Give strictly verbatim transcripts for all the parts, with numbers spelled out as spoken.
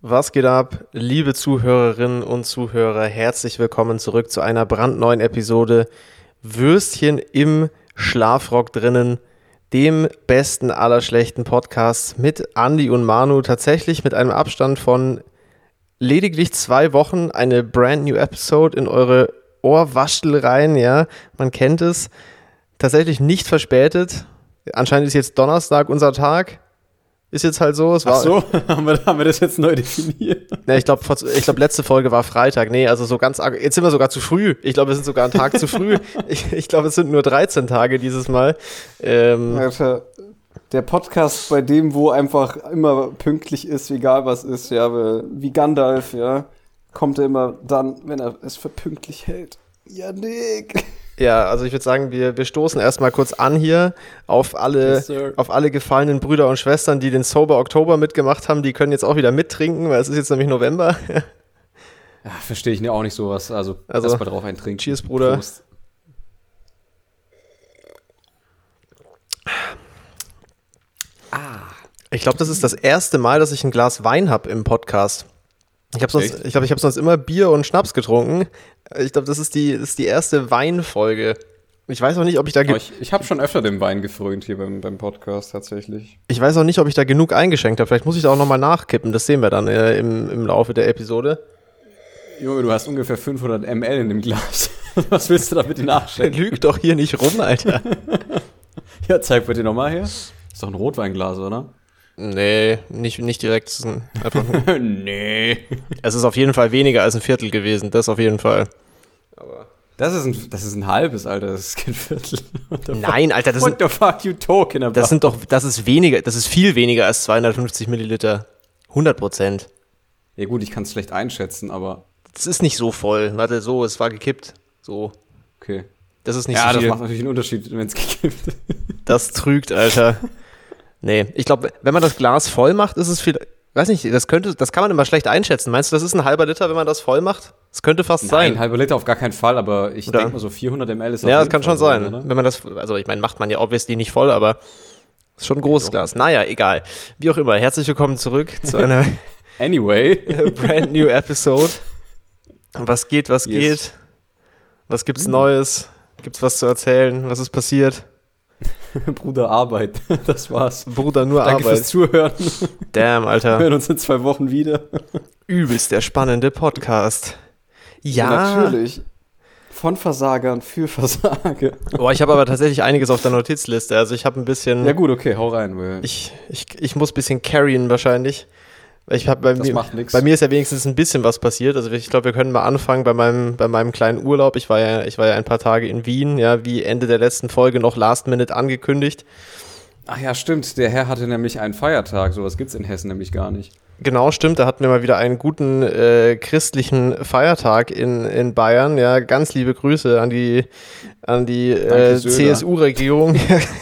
Was geht ab, liebe Zuhörerinnen und Zuhörer? Herzlich willkommen zurück zu einer brandneuen Episode Würstchen im Schlafrock drinnen, dem besten aller schlechten Podcasts mit Andi und Manu. Tatsächlich mit einem Abstand von lediglich zwei Wochen eine brand new Episode in eure Ohrwaschel rein, ja, man kennt es. Tatsächlich nicht verspätet. Anscheinend ist jetzt Donnerstag unser Tag. Ist jetzt halt so. Es war, Ach so, haben wir, haben wir das jetzt neu definiert? Ne, ich glaube, ich glaub, letzte Folge war Freitag. Nee, also so ganz, jetzt sind wir sogar zu früh. Ich glaube, wir sind sogar einen Tag zu früh. Ich, ich glaube, es sind nur dreizehn Tage dieses Mal. Ähm, Alter, der Podcast, bei dem, wo einfach immer pünktlich ist, egal was ist, ja, wie Gandalf, ja, kommt er immer dann, wenn er es für pünktlich hält. Janik. Ja, also ich würde sagen, wir, wir stoßen erstmal kurz an hier auf alle, Yes, auf alle gefallenen Brüder und Schwestern, die den Sober Oktober mitgemacht haben. Die können jetzt auch wieder mittrinken, weil es ist jetzt nämlich November. Ja, verstehe ich auch nicht sowas. Also, also erstmal drauf eintrinken. Cheers, Bruder. Prost. Ah. Ich glaube, das ist das erste Mal, dass ich ein Glas Wein habe im Podcast. Ich habe sonst, ich glaube, ich habe sonst immer Bier und Schnaps getrunken. Ich glaube, das ist die, das ist die erste Weinfolge. Ich weiß auch nicht, ob ich da... Ge- ich ich habe schon öfter den Wein gefrönt hier beim, beim Podcast tatsächlich. Ich weiß auch nicht, ob ich da genug eingeschenkt habe. Vielleicht muss ich da auch nochmal nachkippen. Das sehen wir dann äh, im, im Laufe der Episode. Junge, du hast ungefähr fünfhundert Milliliter in dem Glas. Was willst du da bitte nachschenken? Lüg doch hier nicht rum, Alter. Ja, zeig bitte nochmal her. Ist doch ein Rotweinglas, oder? Nee, nicht, nicht direkt. Es ist ein, einfach ein, nee. Es ist auf jeden Fall weniger als ein Viertel gewesen. Das auf jeden Fall. Aber das ist ein, das ist ein halbes, Alter. Das ist kein Viertel. Nein, Alter, das What sind, the fuck you talking about? Das sind doch, das ist weniger, das ist viel weniger als zweihundertfünfzig Milliliter. hundert Prozent. Ja gut, ich kann es schlecht einschätzen, aber... Das ist nicht so voll. Warte, so, es war gekippt. So. Okay. Das ist nicht ja, so viel. Ja, das macht natürlich einen Unterschied, wenn es gekippt ist. Das trügt, Alter. Nee, ich glaube, wenn man das Glas voll macht, ist es viel... Weiß nicht, das könnte, das kann man immer schlecht einschätzen. Meinst du, das ist ein halber Liter, wenn man das voll macht? Das könnte fast Nein, sein. Ein halber Liter auf gar keinen Fall, aber ich denke mal so vierhundert Milliliter ist auf Ja, das jeden kann Fall schon sein. Oder? Wenn man das, also ich meine, macht man ja obviously nicht voll, aber ist schon ein großes Glas. Naja, egal. Wie auch immer, herzlich willkommen zurück zu einer Anyway. brand new Episode. Was geht, was Yes. geht? Was gibt's Neues? Gibt's was zu erzählen? Was ist passiert? Bruder, Arbeit. Das war's. Bruder, nur Danke Arbeit. fürs Zuhören. Damn, Wir Alter. hören uns in zwei Wochen wieder. Übelst der spannende Podcast. Ja. Ja, natürlich. Von Versagern für Versager. Boah, ich habe aber tatsächlich einiges auf der Notizliste. Also ich habe ein bisschen... Ja gut, okay, hau rein. Will. Ich, ich, ich muss ein bisschen carryen wahrscheinlich. Ich hab bei, Das mir, macht nix. bei mir ist ja wenigstens ein bisschen was passiert. Also ich glaube, wir können mal anfangen bei meinem, bei meinem kleinen Urlaub. Ich war ja, ich war ja ein paar Tage in Wien, ja, wie Ende der letzten Folge noch Last Minute angekündigt. Ach ja, stimmt. Der Herr hatte nämlich einen Feiertag. Sowas gibt's in Hessen nämlich gar nicht. Genau, stimmt. Da hatten wir mal wieder einen guten äh, christlichen Feiertag in, in Bayern. Ja, ganz liebe Grüße an die, an die äh, C S U-Regierung.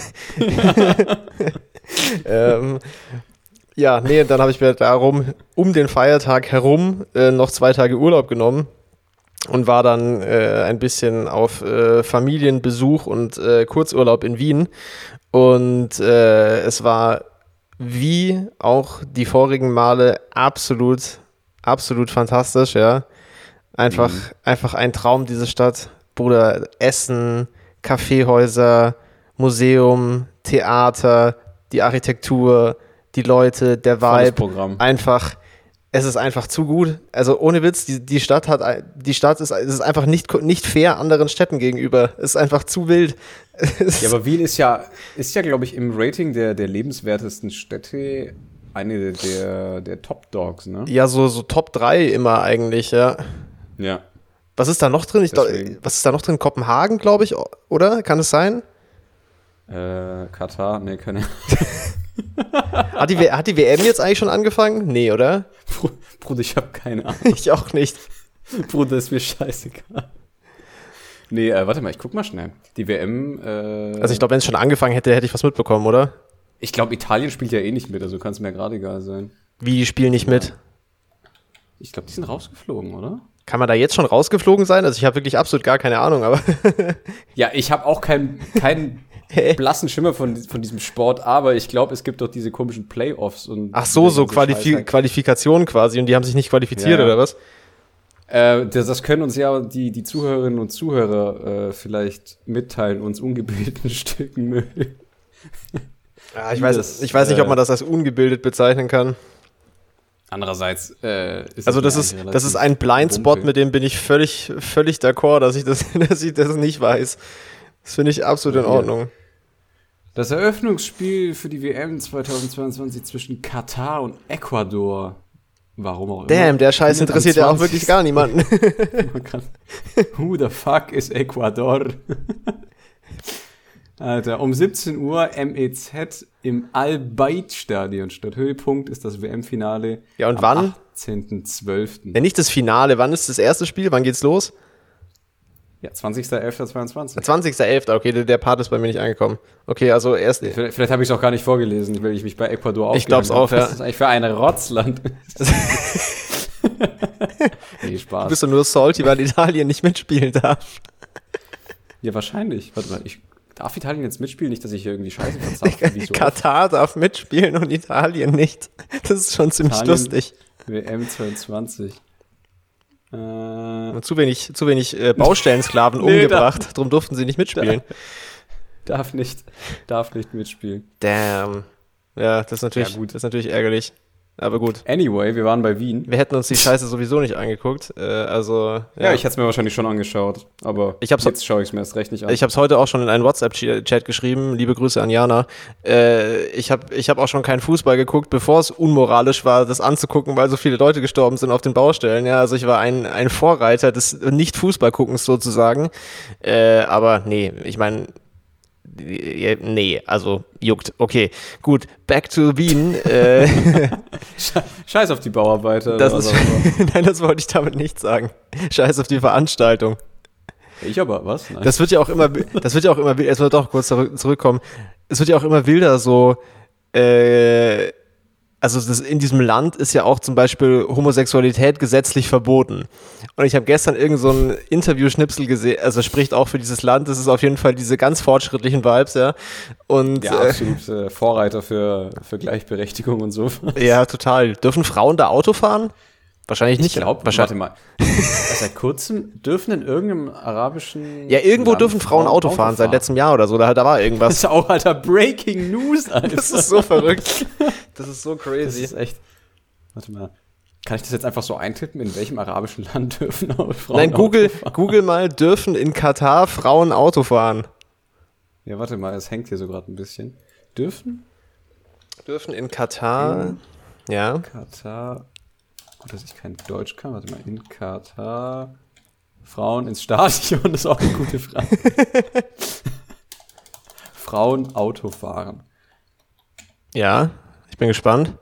ähm, Ja, nee, dann habe ich mir darum um den Feiertag herum äh, noch zwei Tage Urlaub genommen und war dann äh, ein bisschen auf äh, Familienbesuch und äh, Kurzurlaub in Wien. Und äh, es war wie auch die vorigen Male absolut, absolut fantastisch, ja. Einfach, mhm. einfach ein Traum, diese Stadt. Bruder, Essen, Kaffeehäuser, Museum, Theater, die Architektur, die Leute, der Vibe, einfach, es ist einfach zu gut. Also ohne Witz, die, die Stadt hat, die Stadt ist, es ist einfach nicht, nicht fair anderen Städten gegenüber. Es ist einfach zu wild. Ja, aber Wien ist ja, ist ja, glaube ich, im Rating der, der lebenswertesten Städte eine der, der Top-Dogs, ne? Ja, so, so Top drei immer eigentlich, ja. Ja. Was ist da noch drin? Ich glaub, was ist da noch drin? Kopenhagen, glaube ich, oder? Kann es sein? Äh, Katar? Nee, keine hat, die, hat die W M jetzt eigentlich schon angefangen? Nee, oder? Bruder, ich habe keine Ahnung. Ich auch nicht. Bruder, ist mir scheißegal. Nee, äh, warte mal, ich guck mal schnell. Die W M, äh... Also ich glaube, wenn es schon angefangen hätte, hätte ich was mitbekommen, oder? Ich glaube, Italien spielt ja eh nicht mit, also kann es mir gerade egal sein. Wie, die spielen nicht ja. mit? Ich glaube, die sind rausgeflogen, oder? Kann man da jetzt schon rausgeflogen sein? Also ich habe wirklich absolut gar keine Ahnung, aber... Ja, ich habe auch keinen kein blassen Schimmer von, von diesem Sport, aber ich glaube, es gibt doch diese komischen Playoffs. Und Ach so, so Qualifi- Qualifikation quasi und die haben sich nicht qualifiziert, ja. oder was? Äh, das, das können uns ja die, die Zuhörerinnen und Zuhörer äh, vielleicht mitteilen, uns ungebildeten Stücken Müll. Ja, ich, weiß, das, ich weiß nicht, ob man das als ungebildet bezeichnen kann. Andererseits äh, ist also das ist das ist ein Blindspot, mit dem bin ich völlig völlig d'accord, dass ich das dass ich das nicht weiß. Das finde ich absolut in Ordnung. Das Eröffnungsspiel für die W M zweitausendzweiundzwanzig zwischen Katar und Ecuador. Warum auch immer. Damn, der Scheiß interessiert ja auch wirklich gar niemanden. Who the fuck is Ecuador? Alter, um siebzehn Uhr M E Z im Al-Bayt-Stadion statt. Höhepunkt ist das W M-Finale ja, und am wann? achtzehnten zwölften Ja, nicht das Finale. Wann ist das erste Spiel? Wann geht's los? Ja, zwanzigster elfter zweiundzwanzig. zwanzigster elfter Okay, der, der Part ist bei mir nicht angekommen. Okay, also erst... Vielleicht, vielleicht habe ich es auch gar nicht vorgelesen, weil ich mich bei Ecuador aufgehört Ich glaub's auch, ja. Was ist eigentlich für ein Rotzland? Nee, Spaß. Du bist doch nur salty, weil Italien nicht mitspielen darf. Ja, wahrscheinlich. Warte mal, ich... Darf Italien jetzt mitspielen? Nicht, dass ich hier irgendwie Scheiße verzapfe. So Katar darf mitspielen und Italien nicht. Das ist schon ziemlich Italien, lustig. W M zweiundzwanzig. Äh, zu wenig, zu wenig äh, Baustellensklaven nee, umgebracht, darf, darum durften sie nicht mitspielen. Darf, darf nicht, darf nicht mitspielen. Damn. Ja, das ist natürlich, ja, gut. Das ist natürlich ärgerlich. Aber gut. Anyway, wir waren bei Wien. Wir hätten uns die Scheiße sowieso nicht angeguckt. Äh, also ja. ja, ich hätte es mir wahrscheinlich schon angeschaut, aber ich hab's, jetzt schaue ich es mir erst recht nicht an. Ich habe es heute auch schon in einen WhatsApp-Chat geschrieben. Liebe Grüße an Jana. Äh, ich habe ich hab auch schon keinen Fußball geguckt, bevor es unmoralisch war, das anzugucken, weil so viele Leute gestorben sind auf den Baustellen. Ja, also ich war ein, ein Vorreiter des Nicht-Fußball-Guckens sozusagen. Äh, aber nee, ich meine... Nee, also juckt. Okay, gut. Back to Wien. äh, Scheiß auf die Bauarbeiter. Das ist, nein, das wollte ich damit nicht sagen. Scheiß auf die Veranstaltung. Ich aber, was? Nein. Das wird ja auch immer, das wird ja auch immer, jetzt mal doch kurz zurückkommen. Es wird ja auch immer wilder so, äh, also das, in diesem Land ist ja auch zum Beispiel Homosexualität gesetzlich verboten. Und ich habe gestern irgend so ein Interview-Schnipsel gesehen, also spricht auch für dieses Land, das ist auf jeden Fall diese ganz fortschrittlichen Vibes, ja. Und, ja, absolut äh, Vorreiter für, für Gleichberechtigung und so. Ja, total. Dürfen Frauen da Auto fahren? Wahrscheinlich nicht. Ich glaube, warte mal. Seit kurzem dürfen in irgendeinem arabischen Ja, irgendwo Land dürfen Frauen Auto fahren, fahren, seit letztem Jahr oder so. Da, da war irgendwas. Das ist auch, Alter, Breaking News, Alter. Das ist so verrückt. Das ist so crazy. Das ist echt. Warte mal. Kann ich das jetzt einfach so eintippen? In welchem arabischen Land dürfen Frauen Nein, Google, Auto fahren? Google mal, dürfen in Katar Frauen Auto fahren? Ja, warte mal, es hängt hier so gerade ein bisschen. Dürfen? Dürfen in Katar. In ja. Katar. Gut, dass ich kein Deutsch kann. Warte mal, in Katar. Frauen ins Stadion, ist auch eine gute Frage. Frauen Auto fahren. Ja, ich bin gespannt.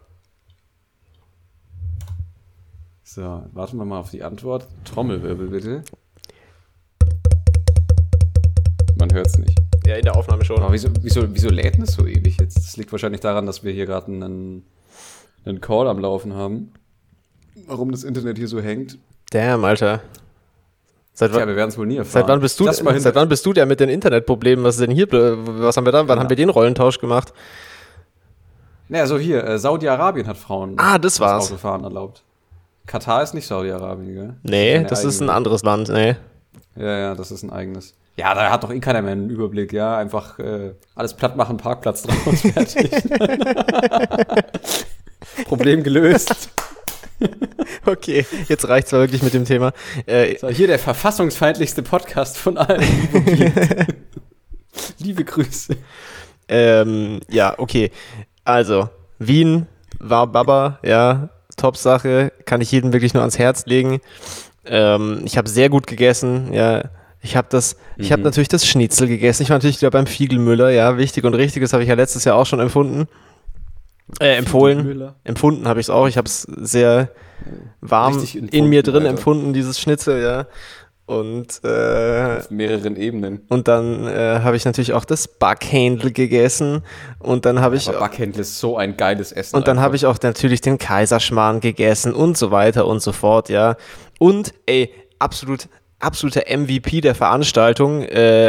So, warten wir mal auf die Antwort. Trommelwirbel bitte. Man hört es nicht. Ja, in der Aufnahme schon. Aber wieso, wieso, wieso lädt das so ewig jetzt? Das liegt wahrscheinlich daran, dass wir hier gerade einen, einen Call am Laufen haben. Warum das Internet hier so hängt. Damn, Alter. Seit Tja, wir werden es wohl nie erfahren. Seit wann bist du, seit wann bist du der mit den Internetproblemen? Was ist denn hier? Was haben wir da? Wann ja. haben wir den Rollentausch gemacht? Naja, so hier. Äh, Saudi-Arabien hat Frauen ah, das, war's. das Autofahren erlaubt. Katar ist nicht Saudi-Arabien, gell? Nee, das, das ist ein anderes Land, nee. Ja, ja, das ist ein eigenes. Ja, da hat doch eh keiner mehr einen Überblick, ja. Einfach äh, alles platt machen, Parkplatz draus, fertig. Problem gelöst. Okay, jetzt reicht's mal wirklich mit dem Thema. Äh, so, hier der verfassungsfeindlichste Podcast von allen. Liebe, Liebe Grüße. Ähm, ja, okay. Also, Wien war Baba, ja, Top-Sache, kann ich jedem wirklich nur ans Herz legen. Ähm, ich habe sehr gut gegessen, ja. Ich habe das, mhm. ich habe natürlich das Schnitzel gegessen. Ich war natürlich wieder beim Fiegelmüller, ja, wichtig und richtig. Das habe ich ja letztes Jahr auch schon empfunden. Äh, empfohlen. Empfunden habe ich es auch. Ich habe es sehr warm in mir drin Alter. empfunden, dieses Schnitzel, ja. Und äh, auf mehreren Ebenen. Und dann äh, habe ich natürlich auch das Backhändel gegessen. Und dann habe ich. Aber Backhändel ist so ein geiles Essen. Und dann habe ich auch natürlich den Kaiserschmarrn gegessen und so weiter und so fort, ja. Und ey, absolut, absoluter M V P der Veranstaltung. Äh,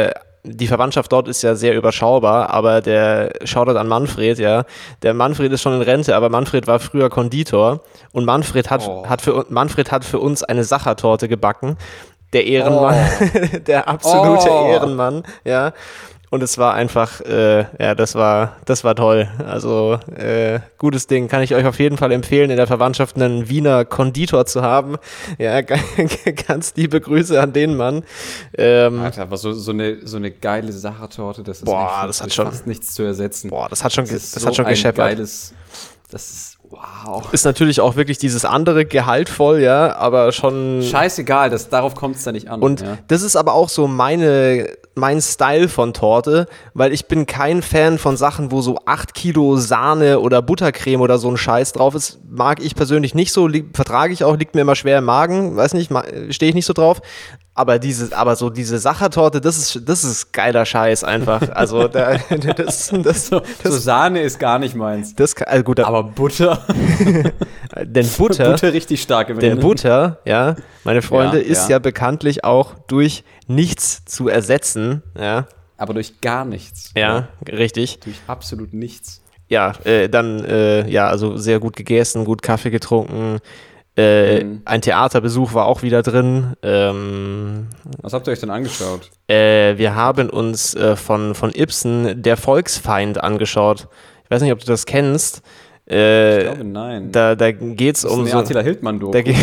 die Verwandtschaft dort ist ja sehr überschaubar, aber der Shoutout an Manfred, ja, der Manfred ist schon in Rente, aber Manfred war früher Konditor und Manfred hat, oh. hat, für, Manfred hat für uns eine Sachertorte gebacken, der Ehrenmann, oh. der absolute oh. Ehrenmann, ja. Und es war einfach, äh, ja, das war, das war toll. Also, äh, gutes Ding. Kann ich euch auf jeden Fall empfehlen, in der Verwandtschaft einen Wiener Konditor zu haben. Ja, ganz liebe Grüße an den Mann. Ähm, Alter, aber so, so, eine, so eine geile Sachertorte, das ist boah, echt, das hat schon, fast nichts zu ersetzen. Boah, das hat schon, das, das hat so schon gescheppert. Geiles, das ist, wow. Ist natürlich auch wirklich dieses andere gehaltvoll, ja, aber schon... Scheißegal, das, darauf kommt es da nicht an. Und ja. das ist aber auch so meine... mein Style von Torte, weil ich bin kein Fan von Sachen, wo so acht Kilo Sahne oder Buttercreme oder so ein Scheiß drauf ist. Mag ich persönlich nicht so, li- vertrage ich auch, liegt mir immer schwer im Magen, weiß nicht, ma- stehe ich nicht so drauf. Aber dieses, aber so diese Sachertorte, das ist, das ist geiler Scheiß einfach. Also da, das, das, so, das, so Sahne ist gar nicht meins. Das, also gut, aber Butter. denn Butter, Butter richtig stark im denn Rennen. Butter, ja, meine Freunde, Ja, ist ja. ja bekanntlich auch durch nichts zu ersetzen, ja. Aber durch gar nichts. Ja, richtig. Durch absolut nichts. Ja, äh, dann, äh, ja, also sehr gut gegessen, gut Kaffee getrunken. Äh, mhm. Ein Theaterbesuch war auch wieder drin. Ähm, Was habt ihr euch denn angeschaut? Äh, wir haben uns äh, von, von Ibsen Der Volksfeind angeschaut. Ich weiß nicht, ob du das kennst. Äh, ich glaube, nein. Da, da geht es um eine so... Attila Hildmann-Doku. Ge-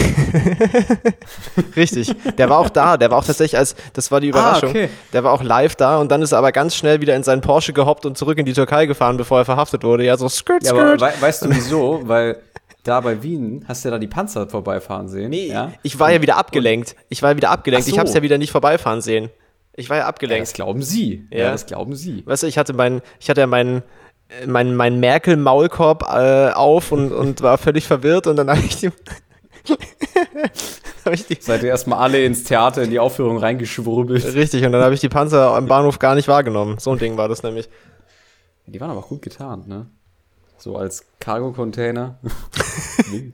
Richtig. Der war auch da. Der war auch tatsächlich als... Das war die Überraschung. Ah, okay. Der war auch live da und dann ist er aber ganz schnell wieder in seinen Porsche gehoppt und zurück in die Türkei gefahren, bevor er verhaftet wurde. Ja, so skirt, ja, skirt. aber we- weißt du wieso? Weil da bei Wien hast du ja da die Panzer vorbeifahren sehen. Nee, ja? ich war ja wieder abgelenkt. Ich war ja wieder abgelenkt. Ach so. Ich habe es ja wieder nicht vorbeifahren sehen. Ich war ja Ja, abgelenkt. das glauben Sie. Ja. Ja. das glauben Sie. Weißt du, ich hatte meinen, ich hatte ja meinen mein, mein Merkel-Maulkorb äh, auf und, und war völlig verwirrt und dann habe ich die, hab ich die Seid ihr erstmal alle ins Theater in die Aufführung reingeschwurbelt. Richtig, und dann habe ich die Panzer am Bahnhof gar nicht wahrgenommen. So ein Ding war das nämlich. Die waren aber auch gut getarnt, ne? So als Cargo-Container. Wild.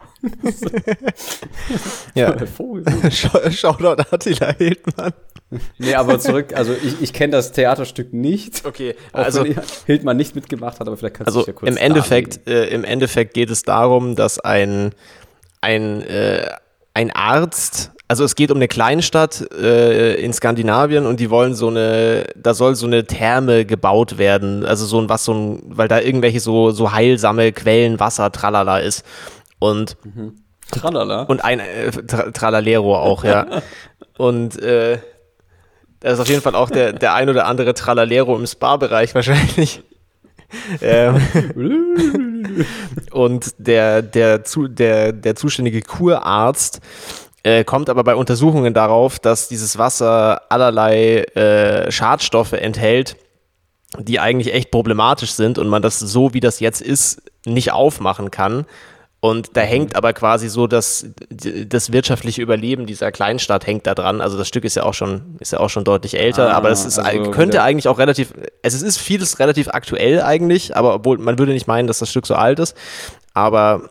Ja. Der Vogel. Schau- Shoutout Attila Hildmann. Nee, aber zurück, also ich, ich kenne das Theaterstück nicht. Okay, Auch also, wenn Hildmann nicht mitgemacht hat, aber vielleicht kannst du also dich ja kurz im Endeffekt, äh, im Endeffekt geht es darum, dass ein, ein, äh, ein Arzt, also es geht um eine Kleinstadt äh, in Skandinavien und die wollen so eine, da soll so eine Therme gebaut werden, also so ein, was so ein, weil da irgendwelche so, so heilsame Quellen Wasser, tralala ist. Und Mhm. Tralala. Und ein äh, Tra- Tralalero auch, ja. Und äh, da ist auf jeden Fall auch der, der ein oder andere Tralalero im Spa-Bereich wahrscheinlich. ähm, und der, der, zu, der, der zuständige Kurarzt äh, kommt aber bei Untersuchungen darauf, dass dieses Wasser allerlei äh, Schadstoffe enthält, die eigentlich echt problematisch sind und man das so, wie das jetzt ist, nicht aufmachen kann. Und da hängt aber quasi so das, das wirtschaftliche Überleben dieser Kleinstadt hängt da dran. Also das Stück ist ja auch schon, ist ja auch schon deutlich älter, Ah, aber es ist, also könnte wieder- eigentlich auch relativ, es ist vieles relativ aktuell eigentlich, aber obwohl man würde nicht meinen, dass das Stück so alt ist. Aber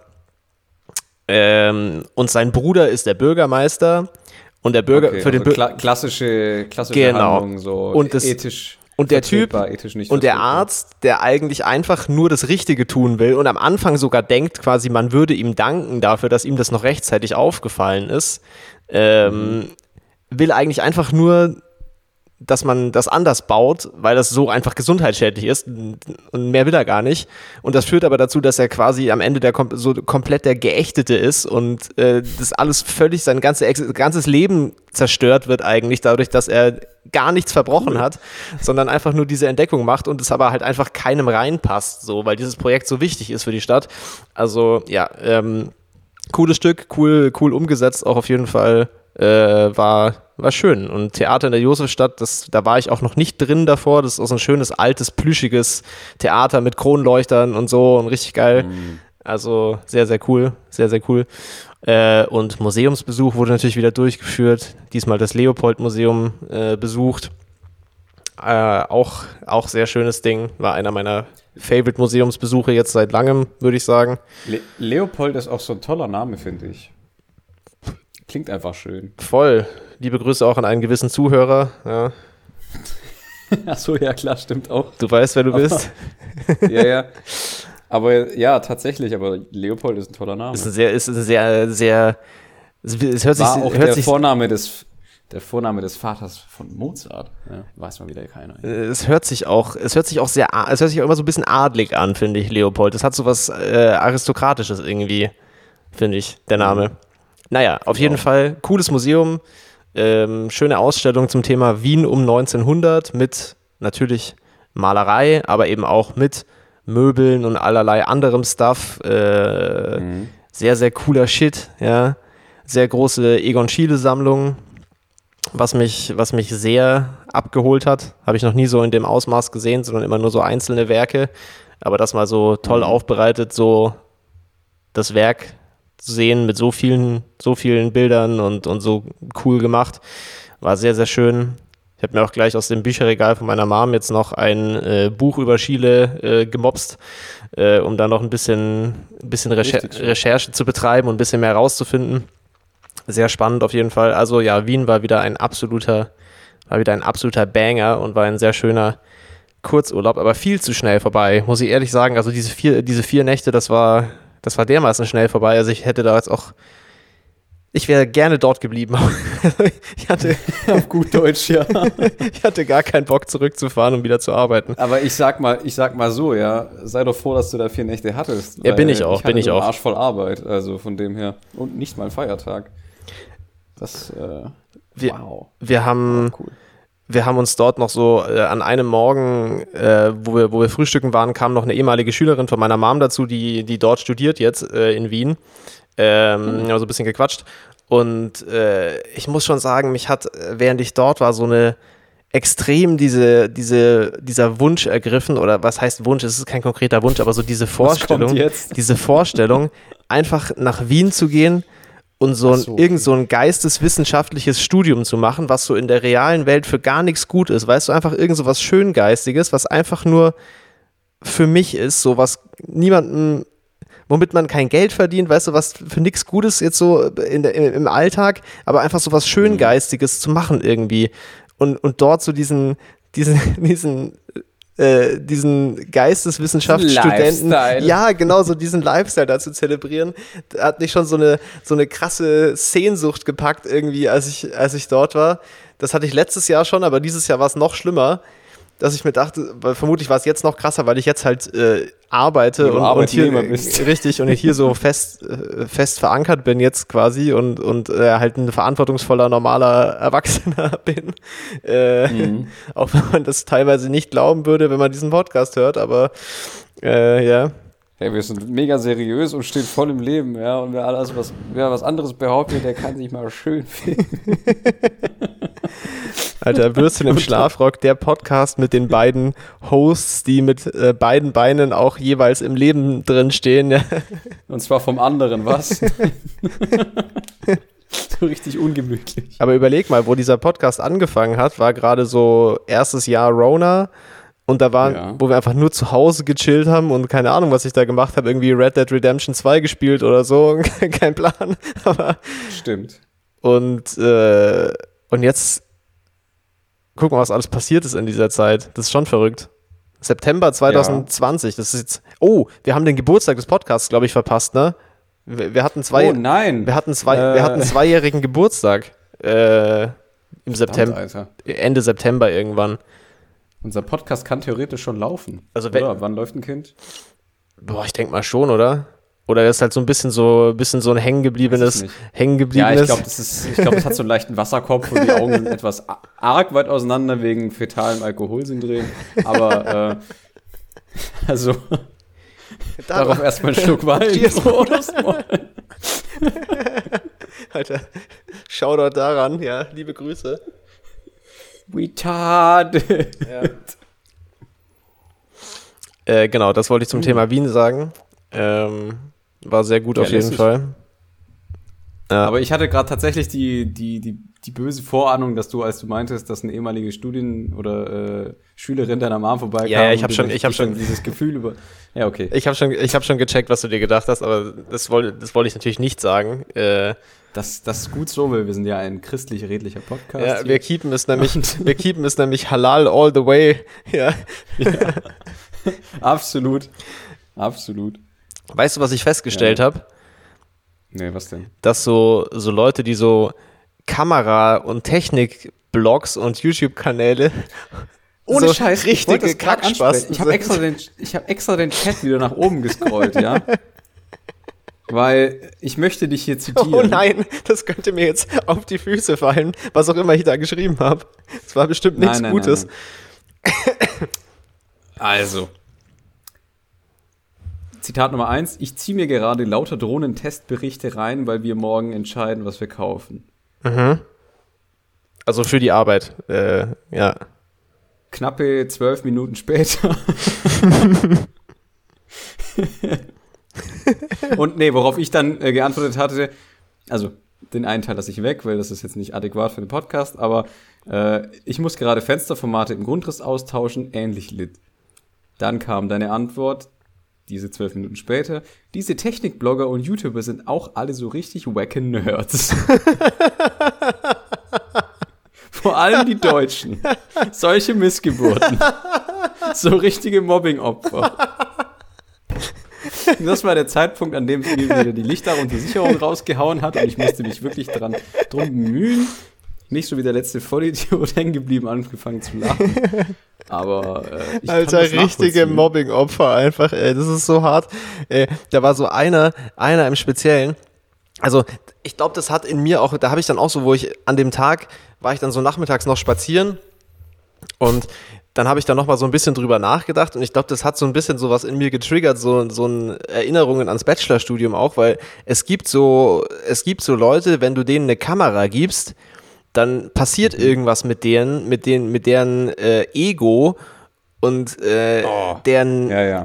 ähm, und sein Bruder ist der Bürgermeister und der Bürger Okay, für den also Bür- kla- klassische, klassische Genau. Handlung, so Und das- ethisch und der Typ vertretbar, ethisch nicht und der vertretbar. Arzt, der eigentlich einfach nur das Richtige tun will und am Anfang sogar denkt, quasi, man würde ihm danken dafür, dass ihm das noch rechtzeitig aufgefallen ist, ähm, Mhm. will eigentlich einfach nur, dass man das anders baut, weil das so einfach gesundheitsschädlich ist und mehr will er gar nicht. Und das führt aber dazu, dass er quasi am Ende der kom- so komplett der Geächtete ist und äh, das alles völlig, sein ganze, Ex- ganzes Leben zerstört wird eigentlich dadurch, dass er gar nichts verbrochen hat, sondern einfach nur diese Entdeckung macht und es aber halt einfach keinem reinpasst, so, weil dieses Projekt so wichtig ist für die Stadt. Also ja, ähm, cooles Stück, cool, cool umgesetzt, auch auf jeden Fall. Äh, war, war schön. Und Theater in der Josefstadt, das, da war ich auch noch nicht drin davor. Das ist auch so ein schönes, altes, plüschiges Theater mit Kronleuchtern und so und richtig geil. Mhm. Also sehr, sehr cool. Sehr, sehr cool. Äh, und Museumsbesuch wurde natürlich wieder durchgeführt. Diesmal das Leopold-Museum äh, besucht. Äh, auch, auch sehr schönes Ding. War einer meiner Favorite-Museumsbesuche jetzt seit langem, würde ich sagen. Le- Leopold ist auch so ein toller Name, finde ich. Klingt einfach schön. Voll. Liebe Grüße auch an einen gewissen Zuhörer. Ja. Achso, ja klar, stimmt auch. Du weißt, wer du aber, bist. Ja, ja. Aber ja, tatsächlich, aber Leopold ist ein toller Name. Ist ein sehr, ist ein sehr, sehr, es hört sich, War auch hört der sich, Vorname des, der Vorname des Vaters von Mozart. Ja, weiß mal wieder keiner. es hört sich auch, es hört sich auch sehr, es hört sich auch immer so ein bisschen adlig an, finde ich, Leopold. Das hat so was äh, Aristokratisches irgendwie, finde ich, der Name. Mhm. Naja, auf jeden Fall, cooles Museum, ähm, schöne Ausstellung zum Thema Wien um neunzehnhundert mit natürlich Malerei, aber eben auch mit Möbeln und allerlei anderem Stuff. Äh, mhm. Sehr, sehr cooler Shit, ja. Sehr große Egon Schiele-Sammlung, was mich, was mich sehr abgeholt hat. Habe ich noch nie so in dem Ausmaß gesehen, sondern immer nur so einzelne Werke. Aber das mal so toll mhm. aufbereitet, so das Werk zu sehen mit so vielen, so vielen Bildern und, und so cool gemacht, war sehr, sehr schön. Ich habe mir auch gleich aus dem Bücherregal von meiner Mom jetzt noch ein äh, Buch über Schiele äh, gemopst, äh, um da noch ein bisschen, ein bisschen Recher- Recherche zu betreiben und ein bisschen mehr rauszufinden. Sehr spannend auf jeden Fall. Also ja, Wien war wieder ein absoluter, war wieder ein absoluter Banger und war ein sehr schöner Kurzurlaub, aber viel zu schnell vorbei, muss ich ehrlich sagen. Also diese vier, diese vier Nächte, das war, das war dermaßen schnell vorbei. Also ich hätte da jetzt auch Ich wäre gerne dort geblieben. Ich hatte auf gut Deutsch, ja. Ich hatte gar keinen Bock zurückzufahren, um wieder zu arbeiten. Aber ich sag mal, ich sag mal so, ja, sei doch froh, dass du da vier Nächte hattest. Ja, bin ich auch, ich bin ich auch. Arsch voll Arbeit, also von dem her und nicht mal ein Feiertag. Das, äh, wir, wow. Wir haben, oh, cool. wir haben uns dort noch so äh, an einem Morgen, äh, wo wir, wo wir frühstücken waren, kam noch eine ehemalige Schülerin von meiner Mom dazu, die, die dort studiert jetzt äh, in Wien. Ähm, mhm. Ja, so ein bisschen gequatscht. Und äh, ich muss schon sagen, mich hat, während ich dort war, so eine extrem diese, diese, dieser Wunsch ergriffen, oder was heißt Wunsch? Es ist kein konkreter Wunsch, aber so diese Vorstellung, diese Vorstellung, einfach nach Wien zu gehen und so, so ein, okay. irgend so ein geisteswissenschaftliches Studium zu machen, was so in der realen Welt für gar nichts gut ist. Weißt du, einfach irgend so was Schöngeistiges, was einfach nur für mich ist, so was niemandem, womit man kein Geld verdient, weißt du, was für nichts Gutes jetzt so in der, im Alltag, aber einfach so was Schöngeistiges zu machen irgendwie. Und, und dort so diesen, diesen, diesen, äh, diesen Geisteswissenschaftsstudenten, ja, genau, so diesen Lifestyle da zu zelebrieren, hat mich schon so eine, so eine krasse Sehnsucht gepackt irgendwie, als ich, als ich dort war. Das hatte ich letztes Jahr schon, aber dieses Jahr war es noch schlimmer, dass ich mir dachte, weil vermutlich war es jetzt noch krasser, weil ich jetzt halt äh, arbeite und, und hier bist. richtig und hier so fest, äh, fest verankert bin jetzt quasi und, und äh, halt ein verantwortungsvoller, normaler Erwachsener bin. Äh, mhm. Auch wenn man das teilweise nicht glauben würde, wenn man diesen Podcast hört, aber äh, ja. Hey, wir sind mega seriös und stehen voll im Leben, ja, und wer alles was, wer was anderes behauptet, der kann sich mal schön finden. Alter, Würstchen im Schlafrock, der Podcast mit den beiden Hosts, die mit äh, beiden Beinen auch jeweils im Leben drin stehen. Ja. Und zwar vom anderen, was? So richtig ungemütlich. Aber überleg mal, wo dieser Podcast angefangen hat, war gerade so erstes Jahr Rona. Und da waren, ja. wo wir einfach nur zu Hause gechillt haben und keine Ahnung, was ich da gemacht habe, irgendwie Red Dead Redemption zwei gespielt oder so, kein Plan. Aber stimmt. Und, äh, und jetzt guck mal, was alles passiert ist in dieser Zeit. Das ist schon verrückt. September zwanzig zwanzig, ja. Das ist jetzt, oh, wir haben den Geburtstag des Podcasts, glaube ich, verpasst, ne? Wir, wir hatten zwei, oh nein. Wir hatten zwei, äh. wir hatten zweijährigen Geburtstag äh, im September, Alter. Ende September irgendwann. Unser Podcast kann theoretisch schon laufen. Also wenn, oder? Wann läuft ein Kind? Boah, ich denke mal schon, oder? Oder das ist halt so ein bisschen so ein bisschen so ein hängengebliebenes, hängengebliebenes. Ja, ich glaube, das ist, ich glaube, es hat so einen leichten Wasserkopf und die Augen sind etwas arg weit auseinander wegen fetalem Alkoholsyndrom. Aber äh, also Dar- darauf erstmal einen Schluck Wein. Alter, Shoutout daran, ja, liebe Grüße. Retarded. Ja. Äh, genau, das wollte ich zum mhm. Thema Wien sagen. Ähm, war sehr gut ja, auf jeden lässig. Fall. Ja. Aber ich hatte gerade tatsächlich die, die, die, die böse Vorahnung, dass du, als du meintest, dass eine ehemalige Studien- oder äh, Schülerin deiner Mom vorbeikam. Ja, ja ich habe schon, ich habe schon dieses Gefühl über. Ja, okay. Ich habe schon, ich habe schon gecheckt, was du dir gedacht hast, aber das wollte, das wollte ich natürlich nicht sagen. Äh, Das, das ist gut so, weil wir sind ja ein christlich-redlicher Podcast. Ja, hier. wir keepen es nämlich, wir keepen es nämlich halal all the way. Ja. ja. Absolut. Absolut. Weißt du, was ich festgestellt ja. habe? Nee, was denn? Dass so, so Leute, die so Kamera- und Technik-Blogs und YouTube-Kanäle ohne so Scheiß, richtige Kackspasten Ich habe extra, den, ich hab extra den Chat wieder nach oben gescrollt, ja? Weil ich möchte dich hier zitieren. Oh nein, das könnte mir jetzt auf die Füße fallen, was auch immer ich da geschrieben habe. Das war bestimmt nichts nein, nein, Gutes. Nein, nein. Also. Zitat Nummer eins. Ich ziehe mir gerade lauter Drohnentestberichte rein, weil wir morgen entscheiden, was wir kaufen. Mhm. Also für die Arbeit, äh, ja. Knappe zwölf Minuten später. Und nee, worauf ich dann äh, geantwortet hatte, also den einen Teil lasse ich weg, weil das ist jetzt nicht adäquat für den Podcast, aber äh, ich muss gerade Fensterformate im Grundriss austauschen, ähnlich lit. Dann kam deine Antwort, diese zwölf Minuten später, diese Technikblogger und YouTuber sind auch alle so richtig wacke Nerds. Vor allem die Deutschen. Solche Missgeburten. So richtige Mobbing-Opfer. Das war der Zeitpunkt, an dem mir wieder die Lichter und die Sicherung rausgehauen hat und ich musste mich wirklich dran drum bemühen. Nicht so wie der letzte Vollidiot hängen geblieben, angefangen zu lachen. Aber äh, ich Alter, kann das richtige Mobbing-Opfer einfach, ey, das ist so hart. Ey, da war so einer, einer im Speziellen, also ich glaube, das hat in mir auch, da habe ich dann auch so, wo ich an dem Tag, war ich dann so nachmittags noch spazieren und dann habe ich da nochmal so ein bisschen drüber nachgedacht und ich glaube, das hat so ein bisschen sowas in mir getriggert, so, so ein Erinnerungen ans Bachelorstudium auch, weil es gibt so, es gibt so Leute, wenn du denen eine Kamera gibst, dann passiert mhm. irgendwas mit denen, mit denen, mit deren äh, Ego und äh, oh. deren ja, ja.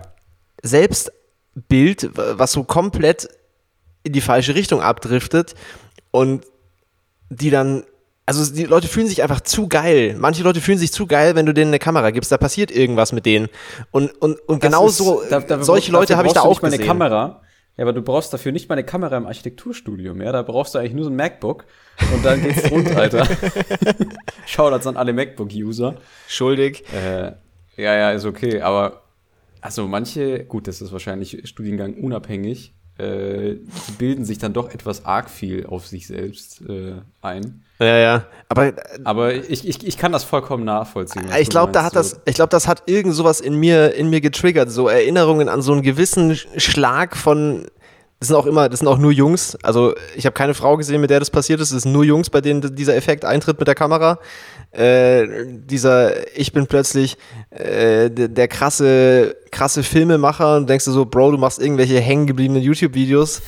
Selbstbild, was so komplett in die falsche Richtung abdriftet und die dann, also die Leute fühlen sich einfach zu geil. Manche Leute fühlen sich zu geil, wenn du denen eine Kamera gibst, da passiert irgendwas mit denen. Und, und, und genauso, da, da, solche Leute habe ich da auch gesehen. Eine Kamera. Ja, aber du brauchst dafür nicht mal eine Kamera im Architekturstudium, ja, da brauchst du eigentlich nur so ein MacBook und dann geht's rund, Alter. Shoutouts an alle MacBook-User. Schuldig. Äh, ja, ja, ist okay, aber also manche, gut, das ist wahrscheinlich Studiengang unabhängig, äh, die bilden sich dann doch etwas arg viel auf sich selbst äh, ein. Ja, ja, aber aber ich, ich, ich kann das vollkommen nachvollziehen. Ich glaube, da hat das, ich glaube, das hat irgend sowas in mir, in mir getriggert, so Erinnerungen an so einen gewissen Schlag von, das sind auch immer, das sind auch nur Jungs, also ich habe keine Frau gesehen, mit der das passiert ist, es sind nur Jungs, bei denen dieser Effekt eintritt mit der Kamera. Äh, dieser, ich bin plötzlich äh, der, der krasse, krasse Filmemacher und denkst du so, Bro, du machst irgendwelche hängengebliebenen YouTube-Videos.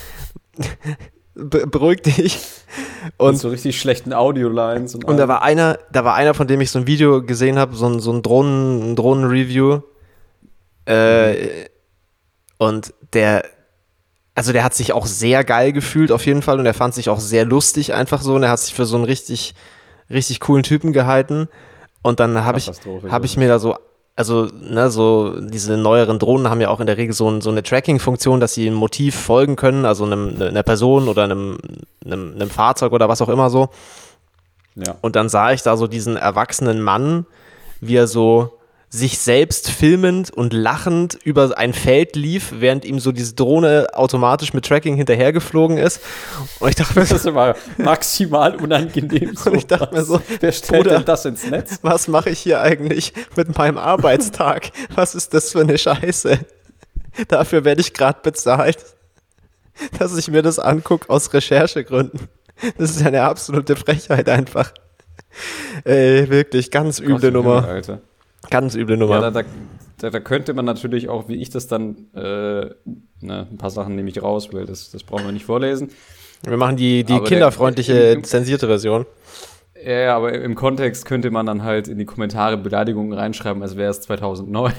Be- beruhig dich. Und mit so richtig schlechten Audio-Lines. Und, und da war einer, da war einer, von dem ich so ein Video gesehen habe, so ein, so ein Drohnen, ein Drohnen-Review. Äh, mhm. Und der, also der hat sich auch sehr geil gefühlt auf jeden Fall und er fand sich auch sehr lustig einfach so und er hat sich für so einen richtig, richtig coolen Typen gehalten. Und dann habe ich, hab ich mir da so, also ne, so diese neueren Drohnen haben ja auch in der Regel so, ein, so eine Tracking-Funktion, dass sie einem Motiv folgen können, also einem, einer Person oder einem, einem, einem Fahrzeug oder was auch immer so. Ja. Und dann sah ich da so diesen erwachsenen Mann, wie er so sich selbst filmend und lachend über ein Feld lief, während ihm so diese Drohne automatisch mit Tracking hinterhergeflogen ist. Und ich dachte mir, das ist immer maximal unangenehm. Und ich dachte mir so, wer stellt Bruder, denn das ins Netz? Was mache ich hier eigentlich mit meinem Arbeitstag? Was ist das für eine Scheiße? Dafür werde ich gerade bezahlt, dass ich mir das angucke aus Recherchegründen. Das ist ja eine absolute Frechheit einfach. Ey, wirklich, ganz üble Nummer. Himmel, Alter. Ganz üble Nummer. Ja, da, da, da könnte man natürlich auch, wie ich das dann, äh, ne, ein paar Sachen nehme ich raus, weil das, das brauchen wir nicht vorlesen. Wir machen die, die kinderfreundliche, der, im, zensierte Version. Ja, ja, aber im Kontext könnte man dann halt in die Kommentare Beleidigungen reinschreiben, als wäre es zweitausendneun.